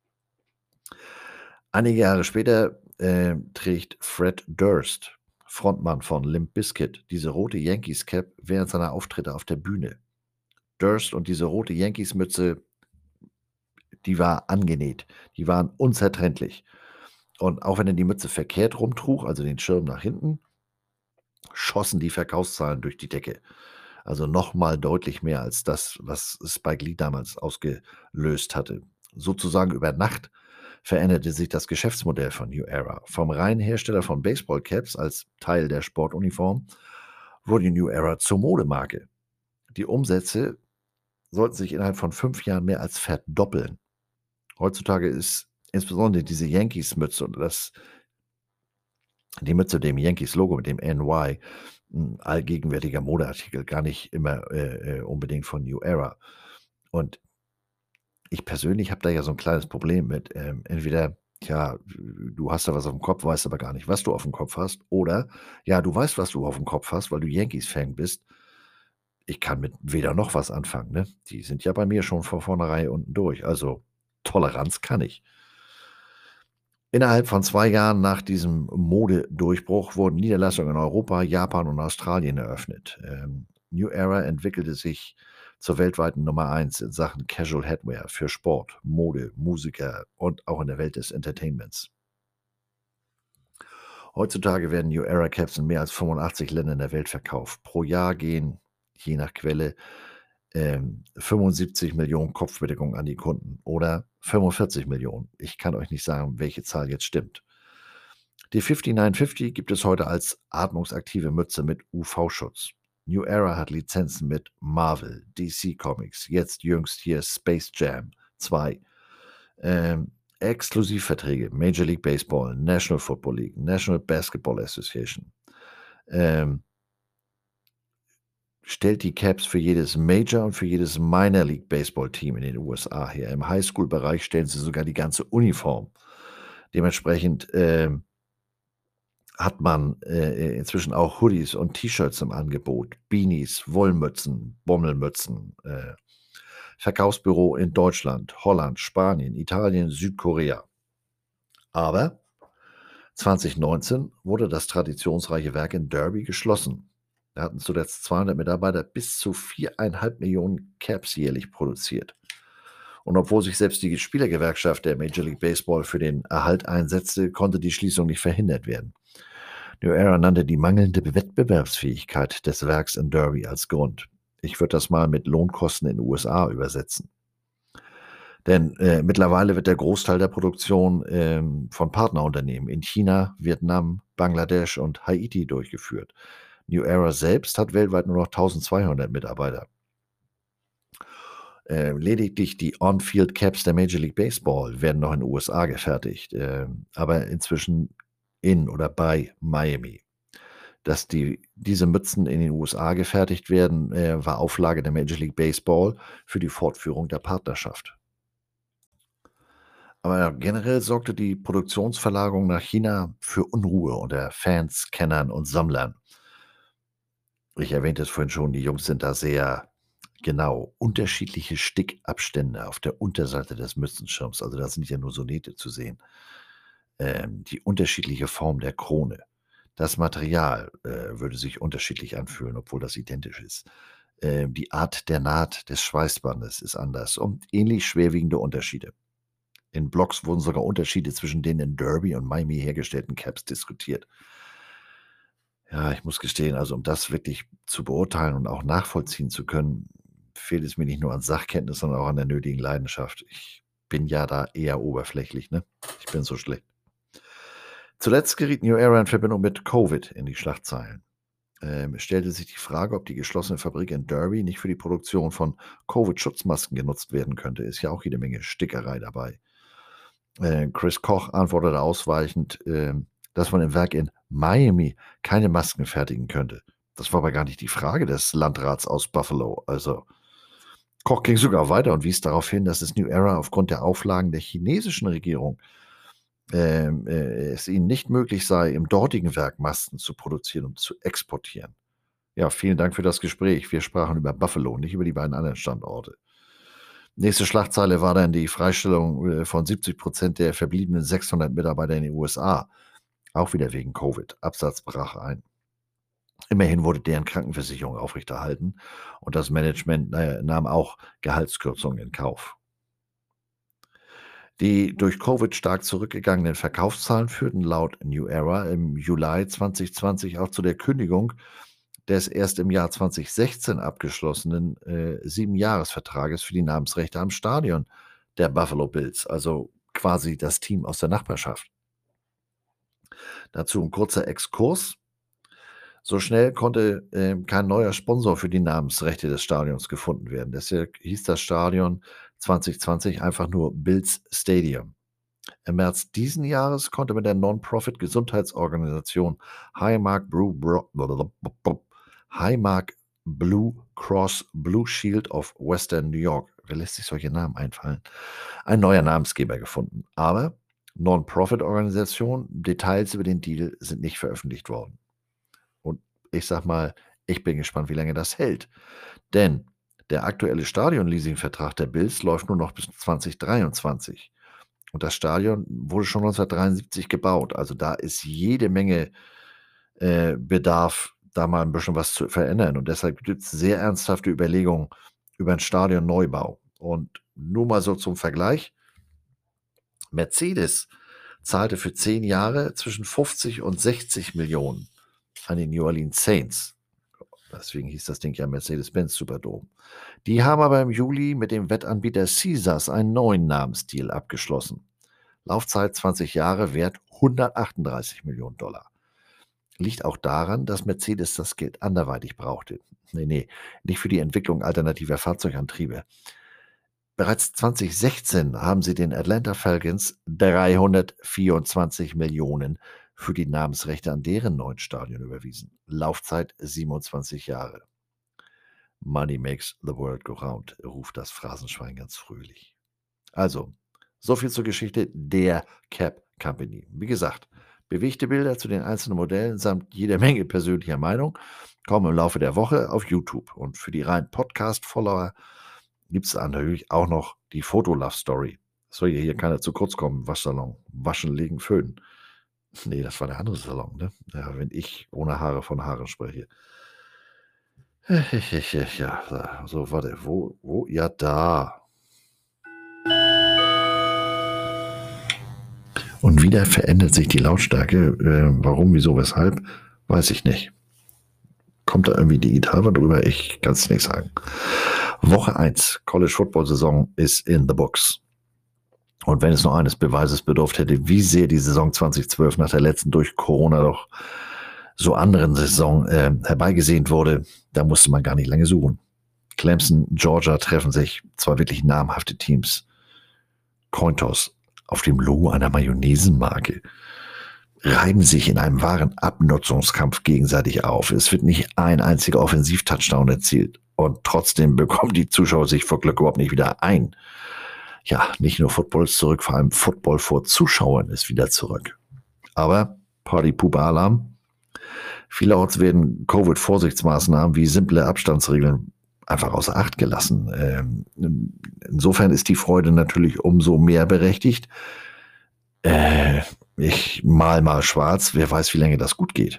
Einige Jahre später äh, trägt Fred Durst, Frontmann von Limp Bizkit, diese rote Yankees Cap während seiner Auftritte auf der Bühne. Durst und diese rote Yankees Mütze, die war angenäht, die waren unzertrennlich. Und auch wenn er die Mütze verkehrt rumtrug, also den Schirm nach hinten, schossen die Verkaufszahlen durch die Decke. Also nochmal deutlich mehr als das, was Spike Lee damals ausgelöst hatte. Sozusagen über Nacht veränderte sich das Geschäftsmodell von New Era. Vom reinen Hersteller von Baseballcaps als Teil der Sportuniform wurde New Era zur Modemarke. Die Umsätze sollten sich innerhalb von fünf Jahren mehr als verdoppeln. Heutzutage ist insbesondere diese Yankees-Mütze und das Die Mütze mit dem Yankees-Logo, mit dem N Y, 'n allgegenwärtiger Modeartikel, gar nicht immer, äh, äh, unbedingt von New Era. Und ich persönlich habe da ja so 'n kleines Problem mit, ähm, entweder, ja, du hast da was aufm Kopf, weißt aber gar nicht, was du aufm Kopf hast, oder, ja, du weißt, was du aufm Kopf hast, weil du Yankees-Fan bist. Ich kann mit weder noch was anfangen, ne? Die sind ja bei mir schon von vornherein unten durch. Also, Toleranz kann ich. Innerhalb von zwei Jahren nach diesem Modedurchbruch wurden Niederlassungen in Europa, Japan und Australien eröffnet. Ähm, New Era entwickelte sich zur weltweiten Nummer eins in Sachen Casual Headwear für Sport, Mode, Musiker und auch in der Welt des Entertainments. Heutzutage werden New Era Caps in mehr als fünfundachtzig Ländern der Welt verkauft. Pro Jahr gehen, je nach Quelle, ähm, fünfundsiebzig Millionen Kopfbedeckungen an die Kunden oder fünfundvierzig Millionen. Ich kann euch nicht sagen, welche Zahl jetzt stimmt. Die fünfundneunzig fünfzig gibt es heute als atmungsaktive Mütze mit U V-Schutz. New Era hat Lizenzen mit Marvel, D C Comics, jetzt jüngst hier Space Jam zwei, ähm, Exklusivverträge, Major League Baseball, National Football League, National Basketball Association. Ähm stellt die Caps für jedes Major und für jedes Minor League Baseball Team in den U S A her. Im Highschool-Bereich stellen sie sogar die ganze Uniform. Dementsprechend, ähm hat man, äh, inzwischen auch Hoodies und T-Shirts im Angebot, Beanies, Wollmützen, Bommelmützen, äh, Verkaufsbüro in Deutschland, Holland, Spanien, Italien, Südkorea. Aber zwanzig neunzehn wurde das traditionsreiche Werk in Derby geschlossen. Wir hatten zuletzt zweihundert Mitarbeiter bis zu viereinhalb Millionen Caps jährlich produziert. Und obwohl sich selbst die Spielergewerkschaft der Major League Baseball für den Erhalt einsetzte, konnte die Schließung nicht verhindert werden. New Era nannte die mangelnde Wettbewerbsfähigkeit des Werks in Derby als Grund. Ich würde das mal mit Lohnkosten in den U S A übersetzen. Denn, äh, mittlerweile wird der Großteil der Produktion, ähm, von Partnerunternehmen in China, Vietnam, Bangladesch und Haiti durchgeführt. New Era selbst hat weltweit nur noch tausendzweihundert Mitarbeiter. Äh, lediglich die On-Field Caps der Major League Baseball werden noch in den U S A gefertigt, ähm, aber inzwischen in oder bei Miami. Dass die diese Mützen in den U S A gefertigt werden, äh, war Auflage der Major League Baseball für die Fortführung der Partnerschaft. Aber generell sorgte die Produktionsverlagerung nach China für Unruhe unter Fans, Kennern und Sammlern. Ich erwähnte es vorhin schon, die Jungs sind da sehr genau, unterschiedliche Stickabstände auf der Unterseite des Mützenschirms, also da sind ja nur so Nähte zu sehen. Ähm, die unterschiedliche Form der Krone. Das Material, äh, würde sich unterschiedlich anfühlen, obwohl das identisch ist. Ähm, die Art der Naht des Schweißbandes ist anders und ähnlich schwerwiegende Unterschiede. In Blogs wurden sogar Unterschiede zwischen den in Derby und Miami hergestellten Caps diskutiert. Ja, ich muss gestehen, also um das wirklich zu beurteilen und auch nachvollziehen zu können, fehlt es mir nicht nur an Sachkenntnis, sondern auch an der nötigen Leidenschaft. Ich bin ja da eher oberflächlich, ne? Ich bin so schlecht. Zuletzt geriet New Era in Verbindung mit Covid in die Schlagzeilen. Ähm, es stellte sich die Frage, ob die geschlossene Fabrik in Derby nicht für die Produktion von Covid-Schutzmasken genutzt werden könnte. Ist ja auch jede Menge Stickerei dabei. Äh, Chris Koch antwortete ausweichend, ähm, dass man im Werk in Miami keine Masken fertigen könnte. Das war aber gar nicht die Frage des Landrats aus Buffalo. Also Koch ging sogar weiter und wies darauf hin, dass es New Era aufgrund der Auflagen der chinesischen Regierung ähm, äh, es ihnen nicht möglich sei, im dortigen Werk Masken zu produzieren und zu exportieren. Ja, vielen Dank für das Gespräch. Wir sprachen über Buffalo, nicht über die beiden anderen Standorte. Nächste Schlagzeile war dann die Freistellung, äh, von siebzig Prozent der verbliebenen sechshundert Mitarbeiter in den U S A, auch wieder wegen Covid. Absatz brach ein. Immerhin wurde deren Krankenversicherung aufrechterhalten und das Management, äh, nahm auch Gehaltskürzungen in Kauf. Die durch Covid stark zurückgegangenen Verkaufszahlen führten laut New Era im Juli zwanzig zwanzig auch zu der Kündigung des erst im Jahr zwanzig sechzehn abgeschlossenen, äh, Siebenjahresvertrages für die Namensrechte am Stadion der Buffalo Bills, also quasi das Team aus der Nachbarschaft. Dazu 'n kurzer Exkurs. So schnell konnte, ähm, kein neuer Sponsor für die Namensrechte des Stadions gefunden werden. Deshalb hieß das Stadion zwanzig zwanzig einfach nur Bills Stadium. Im März diesen Jahres konnte mit der Non-Profit-Gesundheitsorganisation Highmark Blue, Bro- Highmark Blue Cross Blue Shield of Western New York, wer lässt sich solche Namen einfallen, ein neuer Namensgeber gefunden. Aber Non-Profit-Organisation, Details über den Deal sind nicht veröffentlicht worden. Und ich sag mal, ich bin gespannt, wie lange das hält. Denn der aktuelle Stadion-Leasing-Vertrag der Bills läuft nur noch bis zwanzig dreiundzwanzig. Und das Stadion wurde schon neunzehnhundertdreiundsiebzig gebaut. Also da ist jede Menge äh, Bedarf, da mal ein bisschen was zu verändern. Und deshalb gibt es sehr ernsthafte Überlegungen über einen Stadionneubau. Und nur mal so zum Vergleich. Mercedes zahlte für zehn Jahre zwischen fünfzig und sechzig Millionen an die New Orleans Saints. Deswegen hieß das Ding ja Mercedes-Benz Superdome. Die haben aber im Juli mit dem Wettanbieter Caesars einen neuen Namensdeal abgeschlossen. Laufzeit zwanzig Jahre, Wert hundertachtunddreißig Millionen Dollar. Liegt auch daran, dass Mercedes das Geld anderweitig brauchte. Nee, nee, nicht für die Entwicklung alternativer Fahrzeugantriebe. Bereits zwanzig sechzehn haben sie den Atlanta Falcons dreihundertvierundzwanzig Millionen für die Namensrechte an deren neuen Stadion überwiesen. Laufzeit siebenundzwanzig Jahre. Money makes the world go round, ruft das Phrasenschwein ganz fröhlich. Also, so viel zur Geschichte der Cap Company. Wie gesagt, bewegte Bilder zu den einzelnen Modellen samt jeder Menge persönlicher Meinung kommen im Laufe der Woche auf YouTube. Und für die reinen Podcast-Follower gibt es natürlich auch noch die Foto-Love-Story. Soll ja hier keiner zu kurz kommen. Waschsalon, waschen, legen, föhnen. Nee, das war der andere Salon, ne? Ja, wenn ich ohne Haare von Haaren spreche. Ja, so, warte, wo, wo? Ja, da. Und wieder verändert sich die Lautstärke. Äh, warum, wieso, weshalb, weiß ich nicht. Kommt da irgendwie digital was drüber? Ich kann es nicht sagen. Woche eins, College-Football-Saison ist in the books. Und wenn es nur eines Beweises bedurft hätte, wie sehr die Saison zweitausendzwölf nach der letzten durch Corona doch so anderen Saison äh, herbeigesehnt wurde, da musste man gar nicht lange suchen. Clemson, Georgia treffen sich, zwei wirklich namhafte Teams. Cointos auf dem Logo einer Mayonnaisenmarke reiben sich in einem wahren Abnutzungskampf gegenseitig auf. Es wird nicht ein einziger Offensiv-Touchdown erzielt. Und trotzdem bekommen die Zuschauer sich vor Glück überhaupt nicht wieder ein. Ja, nicht nur Football ist zurück, vor allem Football vor Zuschauern ist wieder zurück. Aber Party-Pup-Alarm. Vielerorts werden Covid-Vorsichtsmaßnahmen wie simple Abstandsregeln einfach außer Acht gelassen. Ähm, insofern ist die Freude natürlich umso mehr berechtigt. Äh, ich mal mal schwarz, wer weiß, wie lange das gut geht.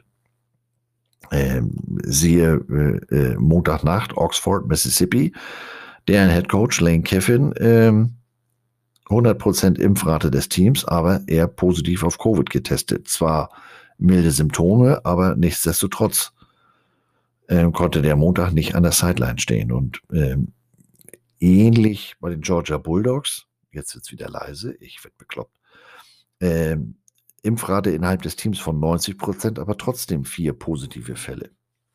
Ähm, siehe äh, äh, Montagnacht, Oxford, Mississippi, deren Headcoach Lane Kiffin, ähm, hundert Prozent Impfrate des Teams, aber er positiv auf Covid getestet. Zwar milde Symptome, aber nichtsdestotrotz ähm, konnte der Montag nicht an der Sideline stehen. Und ähm, ähnlich bei den Georgia Bulldogs, jetzt wird's wieder leise, ich werd bekloppt, ähm, Impfrate innerhalb des Teams von neunzig Prozent, aber trotzdem vier positive Fälle.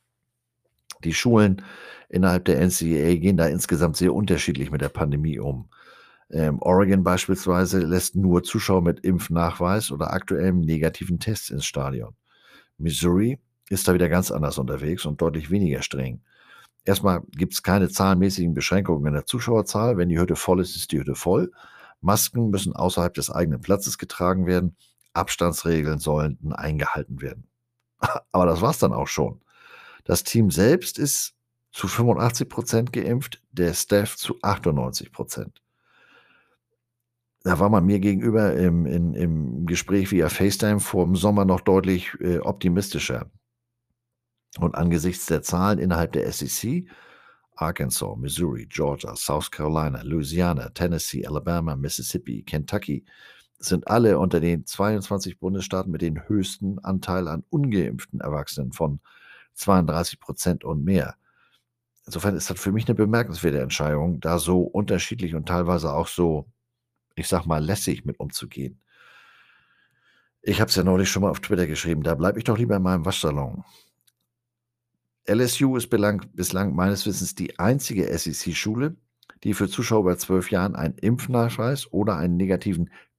Die Schulen innerhalb der N C A A gehen da insgesamt sehr unterschiedlich mit der Pandemie um. Ähm, Oregon beispielsweise lässt nur Zuschauer mit Impfnachweis oder aktuellem negativen Tests ins Stadion. Missouri ist da wieder ganz anders unterwegs und deutlich weniger streng. Erstmal gibt es keine zahlenmäßigen Beschränkungen in der Zuschauerzahl. Wenn die Hütte voll ist, ist die Hütte voll. Masken müssen außerhalb des eigenen Platzes getragen werden. Abstandsregeln sollten eingehalten werden. Aber das war's dann auch schon. Das Team selbst ist zu fünfundachtzig Prozent geimpft, der Staff zu achtundneunzig Prozent. Da war man mir gegenüber im, in, im Gespräch via FaceTime vor dem Sommer noch deutlich äh, optimistischer. Und angesichts der Zahlen innerhalb der S E C, Arkansas, Missouri, Georgia, South Carolina, Louisiana, Tennessee, Alabama, Mississippi, Kentucky, sind alle unter den zweiundzwanzig Bundesstaaten mit den höchsten Anteil an ungeimpften Erwachsenen von zweiunddreißig Prozent und mehr. Insofern ist das für mich eine bemerkenswerte Entscheidung, da so unterschiedlich und teilweise auch so, ich sag mal, lässig mit umzugehen. Ich habe es ja neulich schon mal auf Twitter geschrieben, da bleibe ich doch lieber in meinem Waschsalon. L S U ist bislang, bislang meines Wissens die einzige S E C-Schule, die für Zuschauer über zwölf Jahren einen Impfnachweis oder einen negativen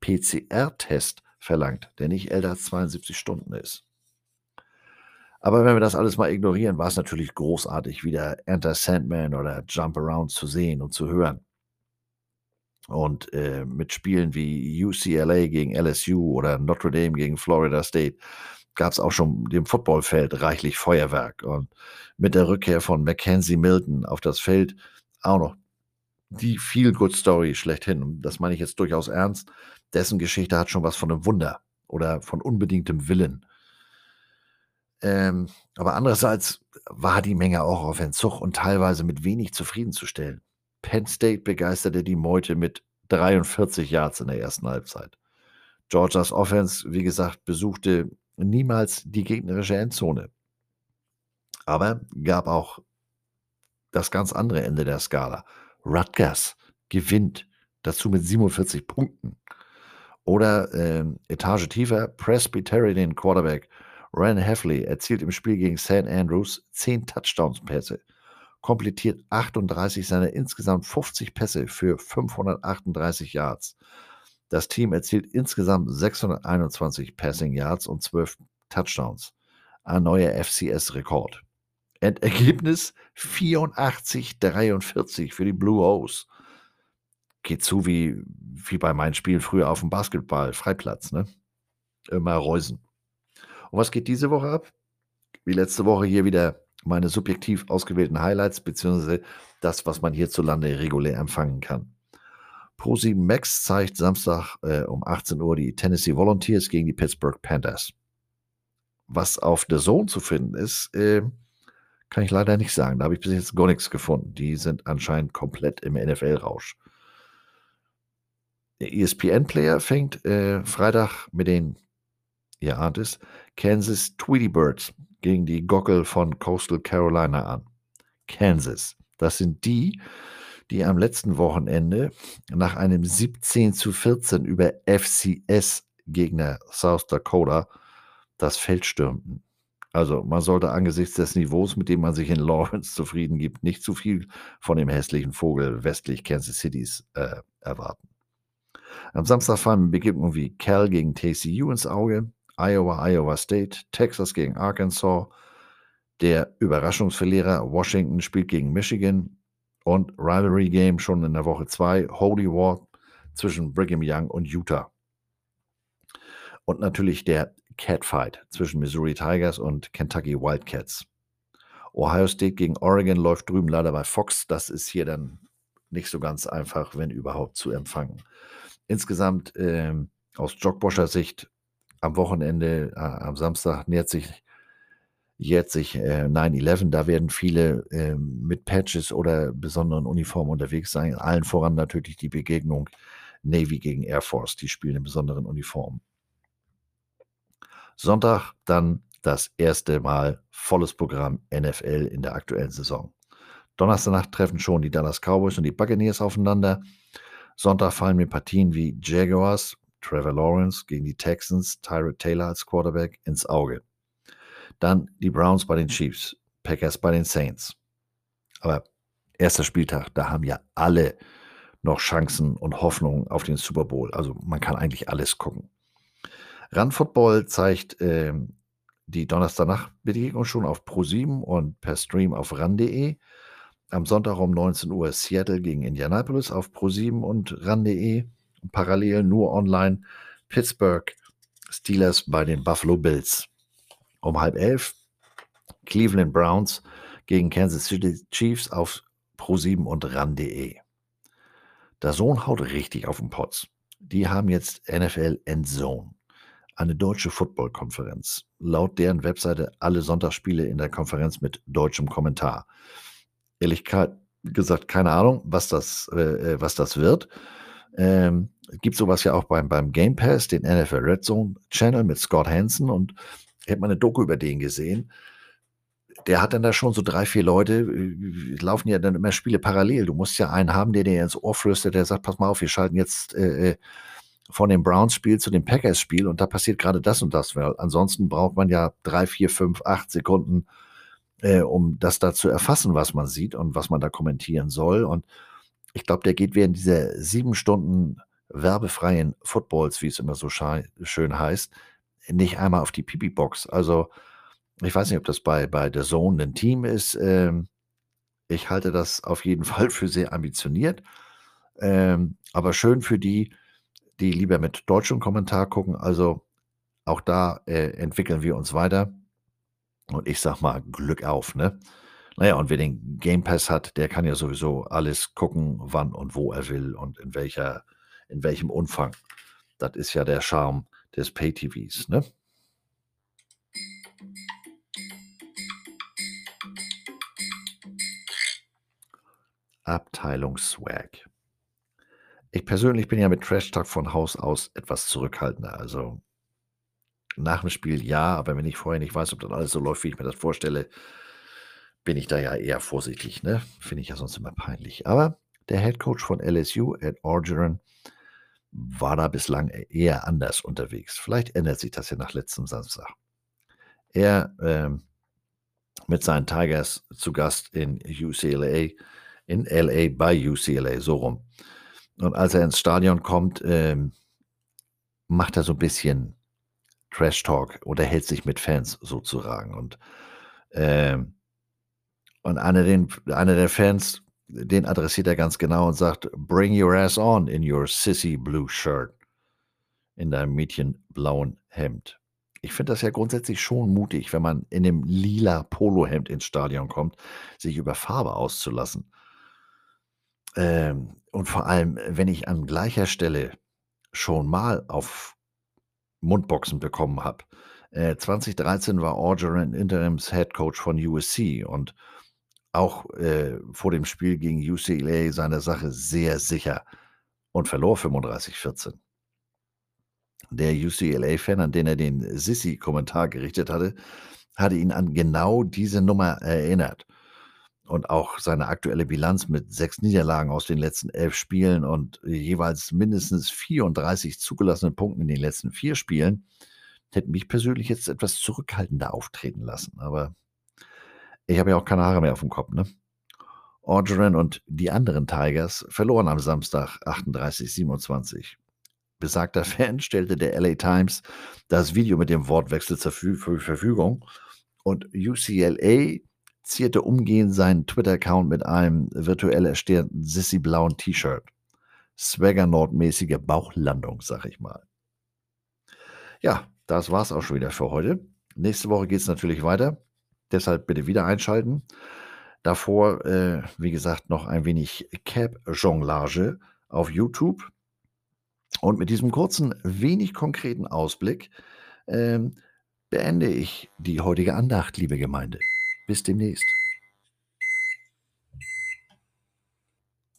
P C R-Test verlangt, der nicht älter als zweiundsiebzig Stunden ist. Aber wenn wir das alles mal ignorieren, war es natürlich großartig, wieder Enter Sandman oder Jump Around zu sehen und zu hören. Und, äh, mit Spielen wie U C L A gegen L S U oder Notre Dame gegen Florida State gab's auch schon dem Footballfeld reichlich Feuerwerk. Und mit der Rückkehr von Mackenzie Milton auf das Feld auch noch die Feel-Good-Story schlechthin. Und das meine ich jetzt durchaus ernst. Dessen Geschichte hat schon was von 'nem Wunder oder von unbedingtem Willen. Ähm, aber andererseits war die Menge auch auf Entzug und teilweise mit wenig zufriedenzustellen. Penn State begeisterte die Meute mit dreiundvierzig Yards in der ersten Halbzeit. Georgias Offense, wie gesagt, besuchte niemals die gegnerische Endzone. Aber gab auch das ganz andere Ende der Skala. Rutgers gewinnt, dazu mit siebenundvierzig Punkten. Oder, ähm, Etage tiefer, Presbyterian Quarterback Ran Heffley erzielt im Spiel gegen Saint Andrews zehn Touchdowns-Pässe, komplettiert achtunddreißig seiner insgesamt fünfzig Pässe für fünfhundertachtunddreißig Yards. Das Team erzielt insgesamt sechshunderteinundzwanzig Passing Yards und zwölf Touchdowns. Ein neuer F C S-Rekord. Endergebnis vierundachtzig dreiundvierzig für die Blue Hose. Geht zu wie wie bei meinen Spielen früher auf'm Basketball-Freiplatz, ne? Immer Reusen. Und was geht diese Woche ab? Wie letzte Woche hier wieder meine subjektiv ausgewählten Highlights beziehungsweise das, was man hierzulande regulär empfangen kann. ProSieben Max zeigt Samstag, äh, um achtzehn Uhr die Tennessee Volunteers gegen die Pittsburgh Panthers. Was auf The Zone zu finden ist, äh, kann ich leider nicht sagen. Da habe ich bis jetzt gar nix gefunden. Die sind anscheinend komplett im N F L-Rausch. Der E S P N-Player fängt, äh, Freitag mit den, ihr ahnt es, Kansas Tweety Birds gegen die Gockel von Coastal Carolina an. Kansas. Das sind die, die am letzten Wochenende nach einem siebzehn zu vierzehn über F C S-Gegner South Dakota das Feld stürmten. Also, man sollte angesichts des Niveaus, mit dem man sich in Lawrence zufrieden gibt, nicht zu viel von dem hässlichen Vogel westlich Kansas Citys, äh, erwarten. Am Samstag fallen Begegnungen wie Cal gegen T C U ins Auge, Iowa, Iowa State, Texas gegen Arkansas, der Überraschungsverlierer Washington spielt gegen Michigan und Rivalry Game schon in der Woche zwei, Holy War zwischen Brigham Young und Utah. Und natürlich der Catfight zwischen Missouri Tigers und Kentucky Wildcats. Ohio State gegen Oregon läuft drüben leider bei Fox. Das ist hier dann nicht so ganz einfach, wenn überhaupt, zu empfangen. Insgesamt, ähm, aus Jogboscher Sicht am Wochenende, äh, am Samstag nähert sich jährt sich, äh, nine eleven. Da werden viele, ähm, mit Patches oder besonderen Uniformen unterwegs sein. Allen voran natürlich die Begegnung Navy gegen Air Force. Die spielen in besonderen Uniformen. Sonntag dann das erste Mal volles Programm N F L in der aktuellen Saison. Donnerstagnacht treffen schon die Dallas Cowboys und die Buccaneers aufeinander. Sonntag fallen mir Partien wie Jaguars, Trevor Lawrence gegen die Texans, Tyrod Taylor als Quarterback ins Auge. Dann die Browns bei den Chiefs, Packers bei den Saints. Aber erster Spieltag, da haben ja alle noch Chancen und Hoffnungen auf den Super Bowl. Also, man kann eigentlich alles gucken. Run Football zeigt, ähm, die Donnerstagnacht-Begegnung schon auf ProSieben und per Stream auf ran.de. Am Sonntag um neunzehn Uhr Seattle gegen Indianapolis auf ProSieben und ran.de. Parallel nur online Pittsburgh Steelers bei den Buffalo Bills. Um halb elf Cleveland Browns gegen Kansas City Chiefs auf ProSieben und ran.de. Der Sohn haut richtig auf den Putz. Die haben jetzt N F L Endzone, eine deutsche Football-Konferenz. Laut deren Webseite alle Sonntagsspiele in der Konferenz mit deutschem Kommentar. Ehrlich gesagt, keine Ahnung, was das, äh, was das wird. Ähm, gibt sowas ja auch beim, beim Game Pass, den N F L Red Zone Channel mit Scott Hansen, und ich habe mal eine Doku über den gesehen. Der hat dann da schon so drei, vier Leute, äh, laufen ja dann immer Spiele parallel. Du musst ja einen haben, der dir ins Ohr flüstert, der sagt, pass mal auf, wir schalten jetzt äh, von dem Browns-Spiel zu dem Packers-Spiel und da passiert gerade das und das. Weil ansonsten braucht man ja drei, vier, fünf, acht Sekunden, äh, um das da zu erfassen, was man sieht und was man da kommentieren soll. Und ich glaube, der geht während dieser sieben Stunden werbefreien Footballs, wie es immer so schei schön heißt, nicht einmal auf die Pipi-Box. Also, ich weiß nicht, ob das bei bei D A Z N 'nen Team ist. Ähm, ich halte das auf jeden Fall für sehr ambitioniert, ähm, aber schön für die, die lieber mit deutschem Kommentar gucken. Also, auch da, äh, entwickeln wir uns weiter und ich sage mal, Glück auf, ne? Na ja, und wer den Game Pass hat, der kann ja sowieso alles gucken, wann und wo er will und in welcher in welchem Umfang. Das ist ja der Charme des Pay-T Vs, ne? Abteilung Swag. Ich persönlich bin ja mit Trash Talk von Haus aus etwas zurückhaltender. Also, nach dem Spiel ja, aber wenn ich vorher nicht weiß, ob das alles so läuft, wie ich mir das vorstelle, bin ich da ja eher vorsichtig, ne? Finde ich ja sonst immer peinlich. Aber der Headcoach von L S U, Ed Orgeron, war da bislang e eher anders unterwegs. Vielleicht ändert sich das ja nach letztem Samstag. Er, ähm, mit seinen Tigers zu Gast in U C L A in L A bei U C L A, so rum. Und als er ins Stadion kommt, ähm, macht er so 'n bisschen Trash Talk, unterhält sich mit Fans sozusagen und, ähm und einer den einer der Fans, den adressiert er ganz genau und sagt: „Bring your ass on in your sissy blue shirt." In deinem mädchenblauen Hemd. Ich finde das ja grundsätzlich schon mutig, wenn man in 'nem lila Polohemd ins Stadion kommt, sich über Farbe auszulassen. Ähm, und vor allem, wenn ich an gleicher Stelle schon mal auf Mundboxen bekommen habe. Äh, zwanzig dreizehn war Orgeron Interims-Headcoach von U S C und auch, äh, vor dem Spiel gegen U C L A seiner Sache sehr sicher und verlor fünfunddreißig vierzehn. Der U C L A-Fan, an den er den Sissi-Kommentar gerichtet hatte, hatte ihn an genau diese Nummer erinnert. Und auch seine aktuelle Bilanz mit sechs Niederlagen aus den letzten elf Spielen und jeweils mindestens vierunddreißig zugelassenen Punkten in den letzten vier Spielen, hätten mich persönlich jetzt etwas zurückhaltender auftreten lassen. Aber ich habe ja auch keine Haare mehr aufm Kopf, ne? Orgeron und die anderen Tigers verloren am Samstag achtunddreißig siebenundzwanzig. Besagter Fan stellte der L A Times das Video mit dem Wortwechsel zur Fü für Verfügung und U C L A zierte umgehend seinen Twitter-Account mit einem virtuell erstellten Sissi-blauen T-Shirt. Swaggernaut-mäßige Bauchlandung, sage ich mal. Ja, das war's auch schon wieder für heute. Nächste Woche geht's natürlich weiter. Deshalb bitte wieder einschalten. Davor, äh, wie gesagt, noch ein wenig Cap-Jonglage auf YouTube. Und mit diesem kurzen, wenig konkreten Ausblick, ähm, beende ich die heutige Andacht, liebe Gemeinde. Bis demnächst.